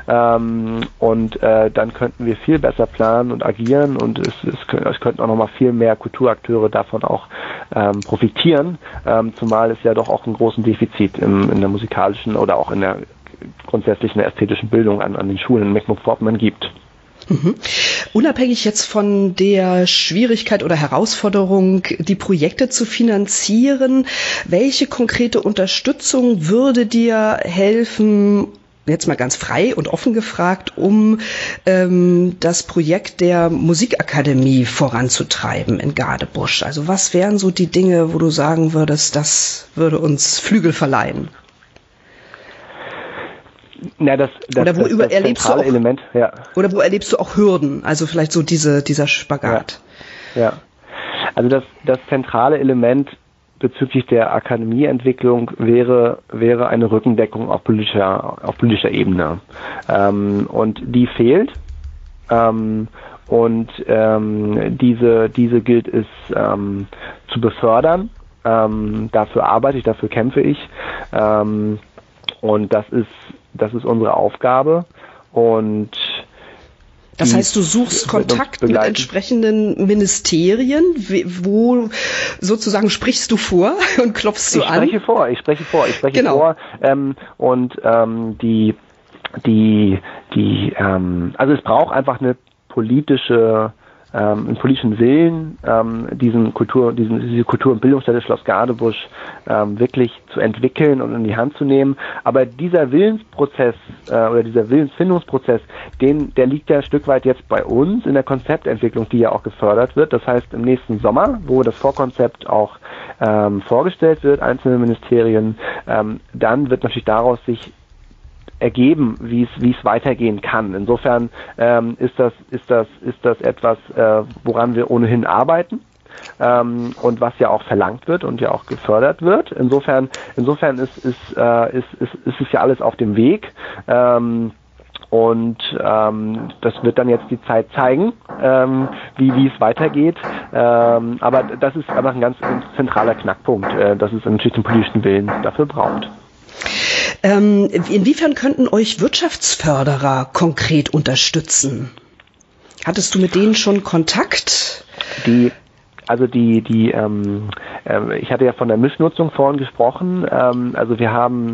Speaker 3: ähm, und äh, dann könnten wir viel besser planen und agieren, und es, es, es könnten auch noch mal viel mehr Kulturakteure davon auch ähm, profitieren, ähm, zumal es ja doch auch einen großen Defizit im, in der musikalischen oder auch in der grundsätzlichen ästhetischen Bildung an, an den Schulen in Mecklenburg-Vorpommern gibt.
Speaker 2: Mhm. Unabhängig jetzt von der Schwierigkeit oder Herausforderung, die Projekte zu finanzieren, welche konkrete Unterstützung würde dir helfen, jetzt mal ganz frei und offen gefragt, um ähm, das Projekt der Musikakademie voranzutreiben in Gadebusch? Also was wären so die Dinge, wo du sagen würdest, das würde uns Flügel verleihen?
Speaker 3: Na, das, das,
Speaker 2: oder wo
Speaker 3: das,
Speaker 2: über,
Speaker 3: das
Speaker 2: erlebst du auch,
Speaker 3: Element, ja.
Speaker 2: Oder wo erlebst du auch Hürden? Also vielleicht so diese, dieser Spagat.
Speaker 3: Ja, ja. Also das, das zentrale Element bezüglich der Akademieentwicklung wäre wäre eine Rückendeckung auf politischer auf politischer Ebene, ähm, und die fehlt, ähm, und ähm, diese, diese gilt es ähm, zu befördern. Ähm, dafür arbeite ich, dafür kämpfe ich. Ähm, und das ist, das ist unsere Aufgabe. Und
Speaker 2: das heißt, du suchst Kontakt mit entsprechenden Ministerien, wo sozusagen sprichst du vor und klopfst du
Speaker 3: ich
Speaker 2: an?
Speaker 3: Ich spreche vor, ich spreche vor, ich spreche
Speaker 2: genau.
Speaker 3: vor ähm, und ähm, die, die, die, ähm, also es braucht einfach eine politische Ähm, einen politischen Willen, ähm, diesen Kultur, diesen, diese Kultur- und Bildungsstätte Schloss Gadebusch ähm, wirklich zu entwickeln und in die Hand zu nehmen. Aber dieser Willensprozess äh, oder dieser Willensfindungsprozess, den, der liegt ja ein Stück weit jetzt bei uns in der Konzeptentwicklung, die ja auch gefördert wird. Das heißt, im nächsten Sommer, wo das Vorkonzept auch ähm, vorgestellt wird, einzelne Ministerien, ähm, dann wird natürlich daraus sich ergeben, wie es wie es weitergehen kann. Insofern ähm, ist das ist das ist das etwas, äh, woran wir ohnehin arbeiten ähm, und was ja auch verlangt wird und ja auch gefördert wird. Insofern insofern ist ist äh, ist, ist, ist es ja alles auf dem Weg. Ähm, Und ähm, das wird dann jetzt die Zeit zeigen, ähm, wie wie es weitergeht. Ähm, aber das ist einfach ein ganz zentraler Knackpunkt, äh, dass es natürlich den politischen Willen dafür braucht.
Speaker 2: Ähm, inwiefern könnten euch Wirtschaftsförderer konkret unterstützen? Hattest du mit denen schon Kontakt?
Speaker 3: Die, also die, die, ähm, äh, ich hatte ja von der Mischnutzung vorhin gesprochen. Ähm, also wir haben,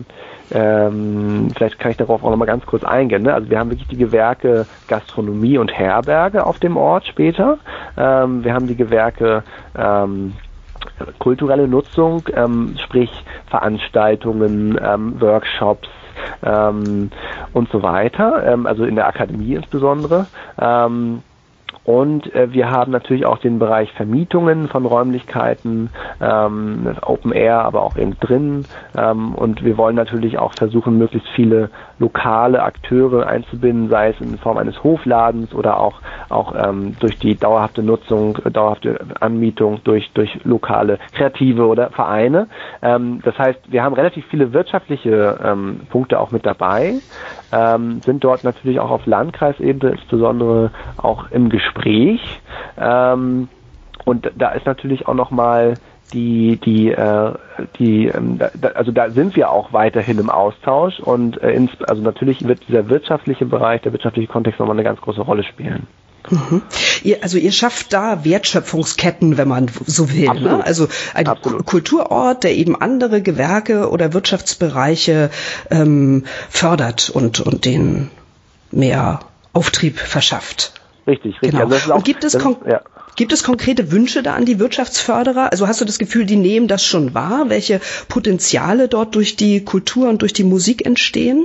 Speaker 3: ähm, vielleicht kann ich darauf auch nochmal ganz kurz eingehen. Ne? Also wir haben wirklich die Gewerke Gastronomie und Herberge auf dem Ort später. Ähm, wir haben die Gewerke ähm, kulturelle Nutzung, ähm, sprich Veranstaltungen, ähm, Workshops ähm, und so weiter, ähm, also in der Akademie insbesondere. Ähm, Und äh, wir haben natürlich auch den Bereich Vermietungen von Räumlichkeiten, ähm, Open Air, aber auch eben drin. Ähm, und wir wollen natürlich auch versuchen, möglichst viele lokale Akteure einzubinden, sei es in Form eines Hofladens oder auch auch ähm, durch die dauerhafte Nutzung, dauerhafte Anmietung durch durch lokale Kreative oder Vereine. Ähm, das heißt, wir haben relativ viele wirtschaftliche ähm, Punkte auch mit dabei, ähm, sind dort natürlich auch auf Landkreisebene insbesondere auch im Gespräch. Ähm, und da ist natürlich auch nochmal die, die, äh, die, ähm, da, also da sind wir auch weiterhin im Austausch und äh, ins, also natürlich wird dieser wirtschaftliche Bereich, der wirtschaftliche Kontext nochmal eine ganz große Rolle spielen.
Speaker 2: Mhm. Ihr, also ihr schafft da Wertschöpfungsketten, wenn man so will. Ne? Also ein Absolut. Kulturort, der eben andere Gewerke oder Wirtschaftsbereiche ähm, fördert und, und denen mehr Auftrieb verschafft.
Speaker 3: Richtig, richtig.
Speaker 2: Genau.
Speaker 3: Also das ist auch,
Speaker 2: und gibt es,
Speaker 3: das,
Speaker 2: kon-
Speaker 3: ja.
Speaker 2: gibt es konkrete Wünsche da an die Wirtschaftsförderer? Also hast du das Gefühl, die nehmen das schon wahr, welche Potenziale dort durch die Kultur und durch die Musik entstehen?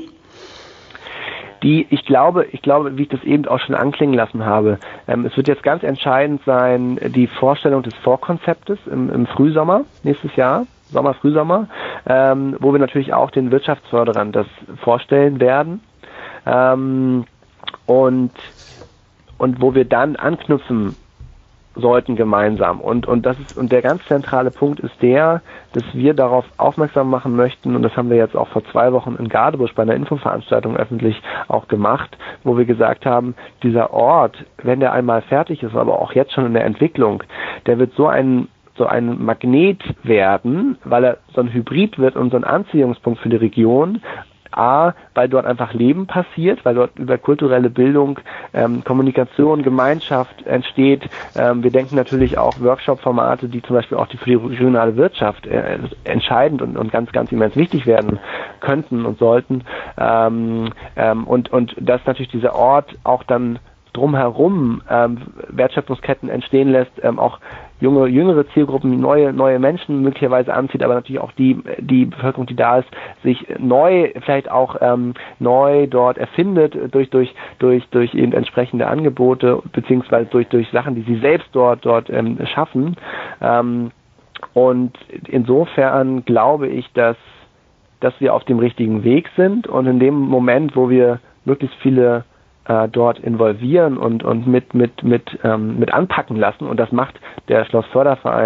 Speaker 3: Die, ich glaube, ich glaube, wie ich das eben auch schon anklingen lassen habe, ähm, es wird jetzt ganz entscheidend sein, die Vorstellung des Vorkonzeptes im, im Frühsommer nächstes Jahr, Sommer, Frühsommer, ähm, wo wir natürlich auch den Wirtschaftsförderern das vorstellen werden ähm, und und wo wir dann anknüpfen sollten gemeinsam. Und, und das ist, und der ganz zentrale Punkt ist der, dass wir darauf aufmerksam machen möchten, und das haben wir jetzt auch vor zwei Wochen in Gadebusch bei einer Infoveranstaltung öffentlich auch gemacht, wo wir gesagt haben, dieser Ort, wenn der einmal fertig ist, aber auch jetzt schon in der Entwicklung, der wird so ein so ein Magnet werden, weil er so ein Hybrid wird und so ein Anziehungspunkt für die Region. A, weil dort einfach Leben passiert, weil dort über kulturelle Bildung, ähm, Kommunikation, Gemeinschaft entsteht. Ähm, wir denken natürlich auch Workshop-Formate, die zum Beispiel auch die für die regionale Wirtschaft äh, entscheidend und, und ganz, ganz immens wichtig werden könnten und sollten. Ähm, ähm, und, und dass natürlich dieser Ort auch dann drumherum ähm, Wertschöpfungsketten entstehen lässt, ähm, auch junge, jüngere Zielgruppen, neue, neue Menschen möglicherweise anzieht, aber natürlich auch die, die Bevölkerung, die da ist, sich neu, vielleicht auch ähm, neu dort erfindet durch, durch, durch, durch eben entsprechende Angebote, beziehungsweise durch, durch Sachen, die sie selbst dort, dort ähm, schaffen. Ähm, und insofern glaube ich, dass, dass wir auf dem richtigen Weg sind und in dem Moment, wo wir möglichst viele äh, dort involvieren und, und mit, mit, mit, ähm, mit anpacken lassen. Und das macht der Schlossförderverein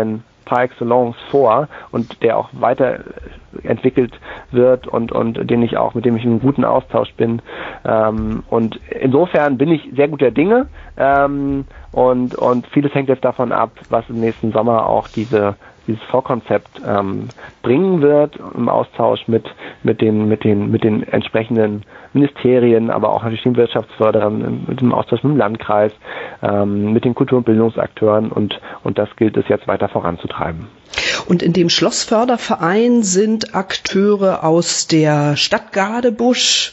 Speaker 3: par excellence vor und der auch weiterentwickelt wird und, und den ich auch, mit dem ich in einem guten Austausch bin. Ähm, und insofern bin ich sehr guter Dinge ähm, und, und vieles hängt jetzt davon ab, was im nächsten Sommer auch diese dieses Vorkonzept ähm, bringen wird im Austausch mit mit den mit den mit den entsprechenden Ministerien, aber auch natürlich den Wirtschaftsförderern, mit dem Austausch mit dem Landkreis, ähm, mit den Kultur- und Bildungsakteuren und und das gilt es jetzt weiter voranzutreiben.
Speaker 2: Und in dem Schlossförderverein sind Akteure aus der Stadt Gadebusch,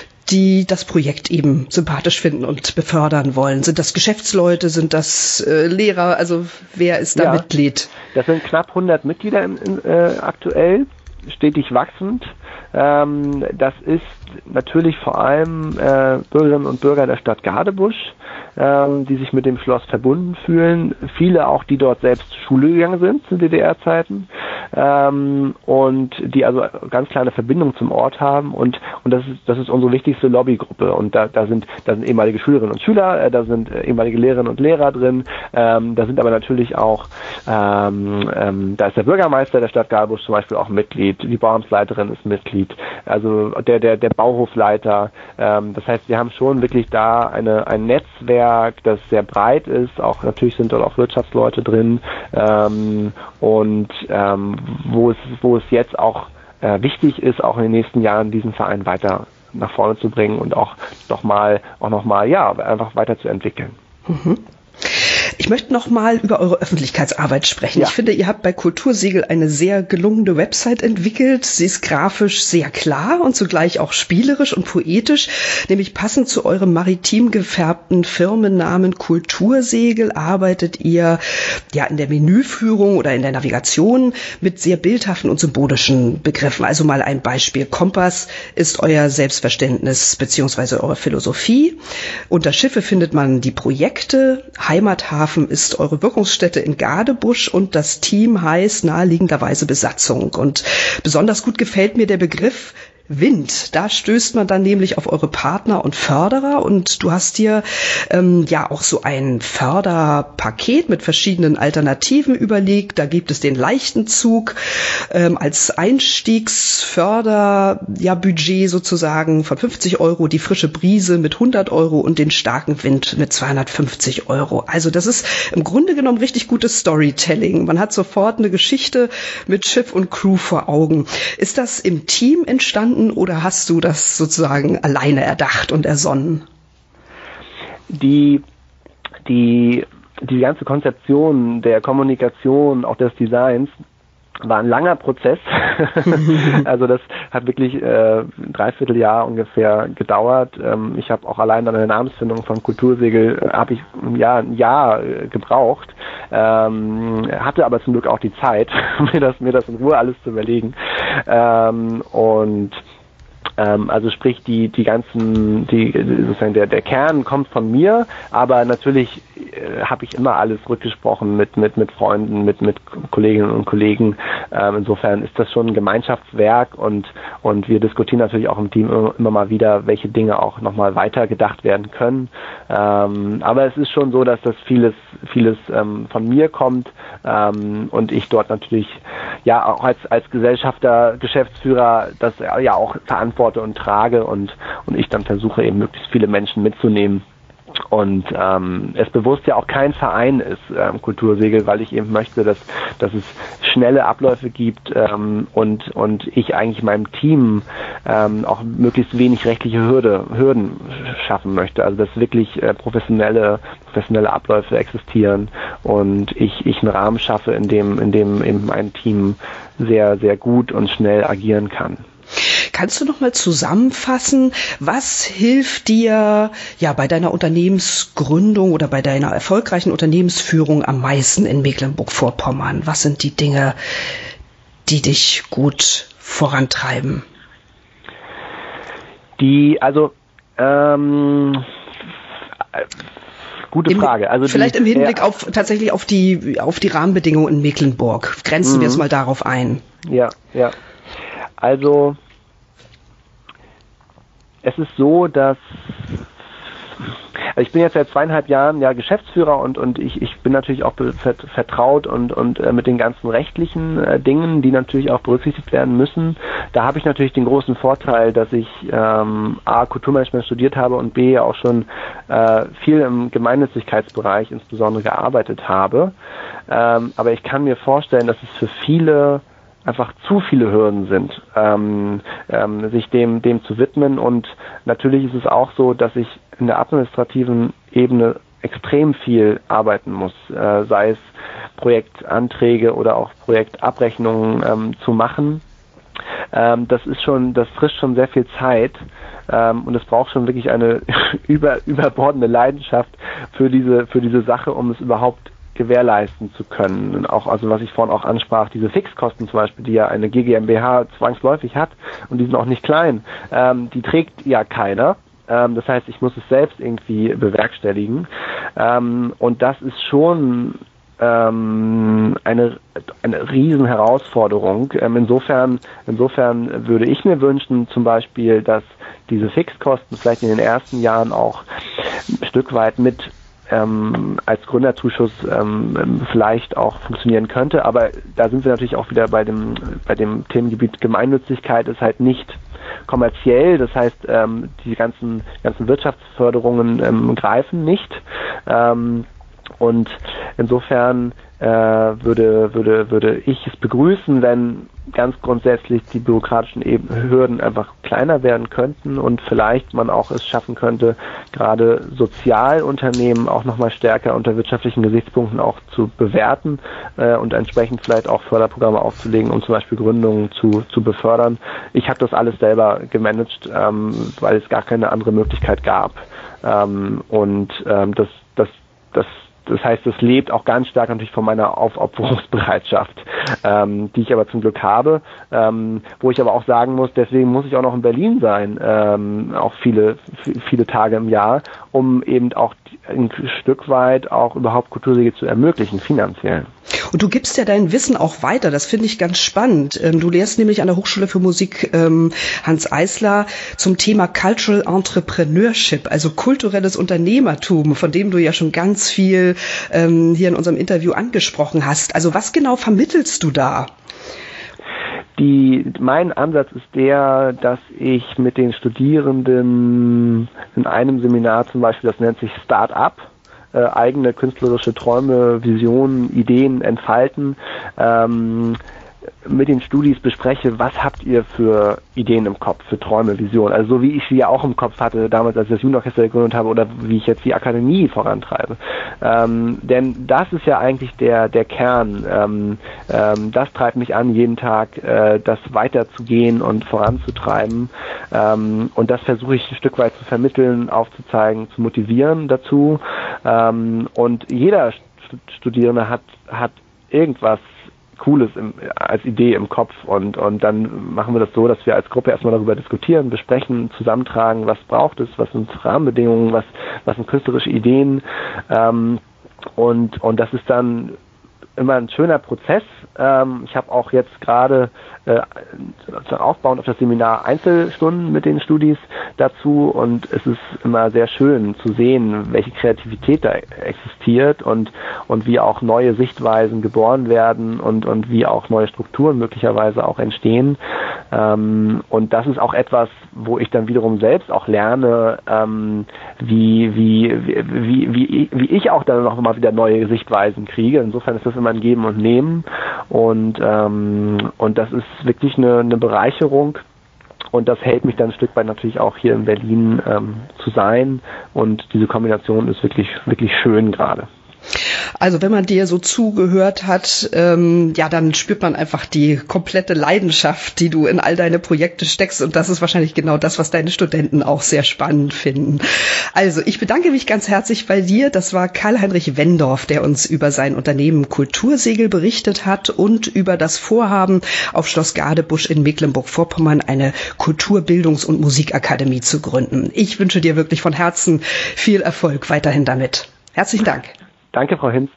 Speaker 2: die das Projekt eben sympathisch finden und befördern wollen. Sind das Geschäftsleute, sind das äh, Lehrer, also wer ist da ja Mitglied?
Speaker 3: Das sind knapp hundert Mitglieder in, in, äh, aktuell, stetig wachsend. Ähm, das ist natürlich vor allem äh, Bürgerinnen und Bürger der Stadt Gadebusch, ähm, die sich mit dem Schloss verbunden fühlen. Viele auch, die dort selbst zur Schule gegangen sind zu D D R-Zeiten ähm, und die also ganz kleine Verbindung zum Ort haben und und das ist das ist unsere wichtigste Lobbygruppe und da da sind da sind ehemalige Schülerinnen und Schüler, äh, da sind äh, ehemalige Lehrerinnen und Lehrer drin, ähm, da sind aber natürlich auch ähm, ähm, da ist der Bürgermeister der Stadt Gadebusch zum Beispiel auch Mitglied, die Bauamtsleiterin ist Mitglied, also der der der Bauhofleiter. Ähm, das heißt, wir haben schon wirklich da eine ein Netzwerk, das sehr breit ist. Auch natürlich sind dort auch Wirtschaftsleute drin ähm, und ähm, wo es wo es jetzt auch äh, wichtig ist, auch in den nächsten Jahren diesen Verein weiter nach vorne zu bringen und auch noch mal auch noch mal ja einfach weiterzuentwickeln.
Speaker 2: Mhm. Ich möchte noch mal über eure Öffentlichkeitsarbeit sprechen. Ja. Ich finde, ihr habt bei Kultursegel eine sehr gelungene Website entwickelt. Sie ist grafisch sehr klar und zugleich auch spielerisch und poetisch. Nämlich passend zu eurem maritim gefärbten Firmennamen Kultursegel arbeitet ihr ja in der Menüführung oder in der Navigation mit sehr bildhaften und symbolischen Begriffen. Also mal ein Beispiel. Kompass ist euer Selbstverständnis bzw. eure Philosophie. Unter Schiffe findet man die Projekte. Heimathafen ist eure Wirkungsstätte in Gadebusch und das Team heißt naheliegenderweise Besatzung. Und besonders gut gefällt mir der Begriff Wind. Da stößt man dann nämlich auf eure Partner und Förderer und du hast dir ähm, ja auch so ein Förderpaket mit verschiedenen Alternativen überlegt. Da gibt es den leichten Zug ähm, als Einstiegsförder, ja, Budget sozusagen von fünfzig Euro, die frische Brise mit hundert Euro und den starken Wind mit zweihundertfünfzig Euro. Also das ist im Grunde genommen richtig gutes Storytelling. Man hat sofort eine Geschichte mit Schiff und Crew vor Augen. Ist das im Team entstanden? Oder hast du das sozusagen alleine erdacht und ersonnen?
Speaker 3: Die, die, die ganze Konzeption der Kommunikation, auch des Designs, war ein langer Prozess. Also das hat wirklich äh, ein Dreivierteljahr ungefähr gedauert. Ähm, ich habe auch allein an der Namensfindung von Kultursegel äh, habe ich ja ein Jahr äh, gebraucht. Ähm, hatte aber zum Glück auch die Zeit, mir das mir das in Ruhe alles zu überlegen. Ähm, und Ähm, also sprich die die ganzen die sozusagen der der Kern kommt von mir, aber natürlich äh, habe ich immer alles rückgesprochen mit mit mit Freunden, mit mit Kolleginnen und Kollegen. Ähm, insofern ist das schon ein Gemeinschaftswerk und und wir diskutieren natürlich auch im Team immer, immer mal wieder, welche Dinge auch nochmal weiter gedacht werden können. Ähm, aber es ist schon so, dass das vieles vieles ähm, von mir kommt ähm, und ich dort natürlich ja auch als als Gesellschafter, Geschäftsführer das ja auch verantworte und trage und und ich dann versuche eben möglichst viele Menschen mitzunehmen und ähm, es bewusst ja auch kein Verein ist, ähm, Kultursegel, weil ich eben möchte, dass dass es schnelle Abläufe gibt ähm, und und ich eigentlich meinem Team ähm, auch möglichst wenig rechtliche Hürde Hürden schaffen möchte, also dass wirklich äh, professionelle professionelle Abläufe existieren und ich ich einen Rahmen schaffe, in dem in dem eben mein Team sehr sehr gut und schnell agieren kann.
Speaker 2: Kannst du noch mal zusammenfassen, was hilft dir ja bei deiner Unternehmensgründung oder bei deiner erfolgreichen Unternehmensführung am meisten in Mecklenburg-Vorpommern? Was sind die Dinge, die dich gut vorantreiben? Die, also ähm, gute Im, Frage. Also vielleicht die, im Hinblick äh, auf tatsächlich auf die auf die Rahmenbedingungen in Mecklenburg. Grenzen mhm. wir es mal darauf ein.
Speaker 3: Ja, ja. Also es ist so, dass ich bin jetzt seit zweieinhalb Jahren ja Geschäftsführer und und ich ich bin natürlich auch vertraut und und äh, mit den ganzen rechtlichen äh, Dingen, die natürlich auch berücksichtigt werden müssen. Da habe ich natürlich den großen Vorteil, dass ich ähm, A, Kulturmanagement studiert habe und B, auch schon äh, viel im Gemeinnützigkeitsbereich insbesondere gearbeitet habe. Ähm, aber ich kann mir vorstellen, dass es für viele einfach zu viele Hürden sind, ähm, ähm, sich dem dem zu widmen. Und natürlich ist es auch so, dass ich in der administrativen Ebene extrem viel arbeiten muss, äh, sei es Projektanträge oder auch Projektabrechnungen ähm, zu machen. Ähm, das ist schon, das frisst schon sehr viel Zeit. Ähm, und es braucht schon wirklich eine über, überbordende Leidenschaft für diese für diese Sache, um es überhaupt gewährleisten zu können. Und auch, also was ich vorhin auch ansprach, diese Fixkosten zum Beispiel, die ja eine G G m B H zwangsläufig hat, und die sind auch nicht klein, ähm, die trägt ja keiner. Ähm, das heißt, ich muss es selbst irgendwie bewerkstelligen. Ähm, und das ist schon ähm, eine, eine riesen Herausforderung. Ähm, insofern, insofern würde ich mir wünschen, zum Beispiel, dass diese Fixkosten vielleicht in den ersten Jahren auch ein Stück weit mit Ähm, als Gründerzuschuss ähm, vielleicht auch funktionieren könnte, aber da sind wir natürlich auch wieder bei dem bei dem Themengebiet Gemeinnützigkeit, ist halt nicht kommerziell, das heißt ähm, die ganzen ganzen Wirtschaftsförderungen ähm, greifen nicht ähm, und insofern äh, würde würde würde ich es begrüßen, wenn ganz grundsätzlich die bürokratischen Hürden einfach kleiner werden könnten und vielleicht man auch es schaffen könnte, gerade Sozialunternehmen auch nochmal stärker unter wirtschaftlichen Gesichtspunkten auch zu bewerten äh, und entsprechend vielleicht auch Förderprogramme aufzulegen, um zum Beispiel Gründungen zu, zu befördern. Ich habe das alles selber gemanagt, ähm, weil es gar keine andere Möglichkeit gab. Ähm, und ähm, das, das, das Das heißt, es lebt auch ganz stark natürlich von meiner Aufopferungsbereitschaft, ähm, die ich aber zum Glück habe, ähm, wo ich aber auch sagen muss, deswegen muss ich auch noch in Berlin sein, ähm, auch viele viele Tage im Jahr, um eben auch ein Stück weit auch überhaupt Kultursäge zu ermöglichen, finanziell.
Speaker 2: Und du gibst ja dein Wissen auch weiter, das finde ich ganz spannend. Du lehrst nämlich an der Hochschule für Musik ähm, Hans Eisler zum Thema Cultural Entrepreneurship, also kulturelles Unternehmertum, von dem du ja schon ganz viel ähm, hier in unserem Interview angesprochen hast. Also was genau vermittelst du da?
Speaker 3: Die, mein Ansatz ist der, dass ich mit den Studierenden in einem Seminar zum Beispiel, das nennt sich Start-up, äh, eigene künstlerische Träume, Visionen, Ideen entfalten, ähm, mit den Studis bespreche, was habt ihr für Ideen im Kopf, für Träume, Visionen. Also so wie ich sie ja auch im Kopf hatte, damals, als ich das Jugendorchester gegründet habe oder wie ich jetzt die Akademie vorantreibe. Ähm, denn das ist ja eigentlich der der Kern. Ähm, ähm, das treibt mich an, jeden Tag äh, das weiterzugehen und voranzutreiben. Ähm, und das versuche ich ein Stück weit zu vermitteln, aufzuzeigen, zu motivieren dazu. Ähm, und jeder Studierende hat hat irgendwas Cooles im, als Idee im Kopf und und dann machen wir das so, dass wir als Gruppe erstmal darüber diskutieren, besprechen, zusammentragen, was braucht es, was sind Rahmenbedingungen, was was sind künstlerische Ideen ähm, und und das ist dann immer ein schöner Prozess. Ähm, ich habe auch jetzt gerade äh, aufbauend auf das Seminar Einzelstunden mit den Studis dazu und es ist immer sehr schön zu sehen, welche Kreativität da existiert und und wie auch neue Sichtweisen geboren werden und und wie auch neue Strukturen möglicherweise auch entstehen. Ähm, und das ist auch etwas, wo ich dann wiederum selbst auch lerne, ähm, wie, wie, wie, wie, wie ich auch dann noch mal wieder neue Sichtweisen kriege. Insofern ist das immer ein Geben und Nehmen und, ähm, und das ist wirklich eine, eine Bereicherung. Und das hält mich dann ein Stück weit natürlich auch hier in Berlin ähm, zu sein. Und diese Kombination ist wirklich, wirklich schön gerade.
Speaker 2: Also wenn man dir so zugehört hat, ähm, ja, dann spürt man einfach die komplette Leidenschaft, die du in all deine Projekte steckst. Und das ist wahrscheinlich genau das, was deine Studenten auch sehr spannend finden. Also ich bedanke mich ganz herzlich bei dir. Das war Karl-Heinrich Wendorf, der uns über sein Unternehmen Kultursegel berichtet hat und über das Vorhaben, auf Schloss Gadebusch in Mecklenburg-Vorpommern eine Kulturbildungs- und Musikakademie zu gründen. Ich wünsche dir wirklich von Herzen viel Erfolg weiterhin damit. Herzlichen Dank.
Speaker 3: Danke, Frau Hinz.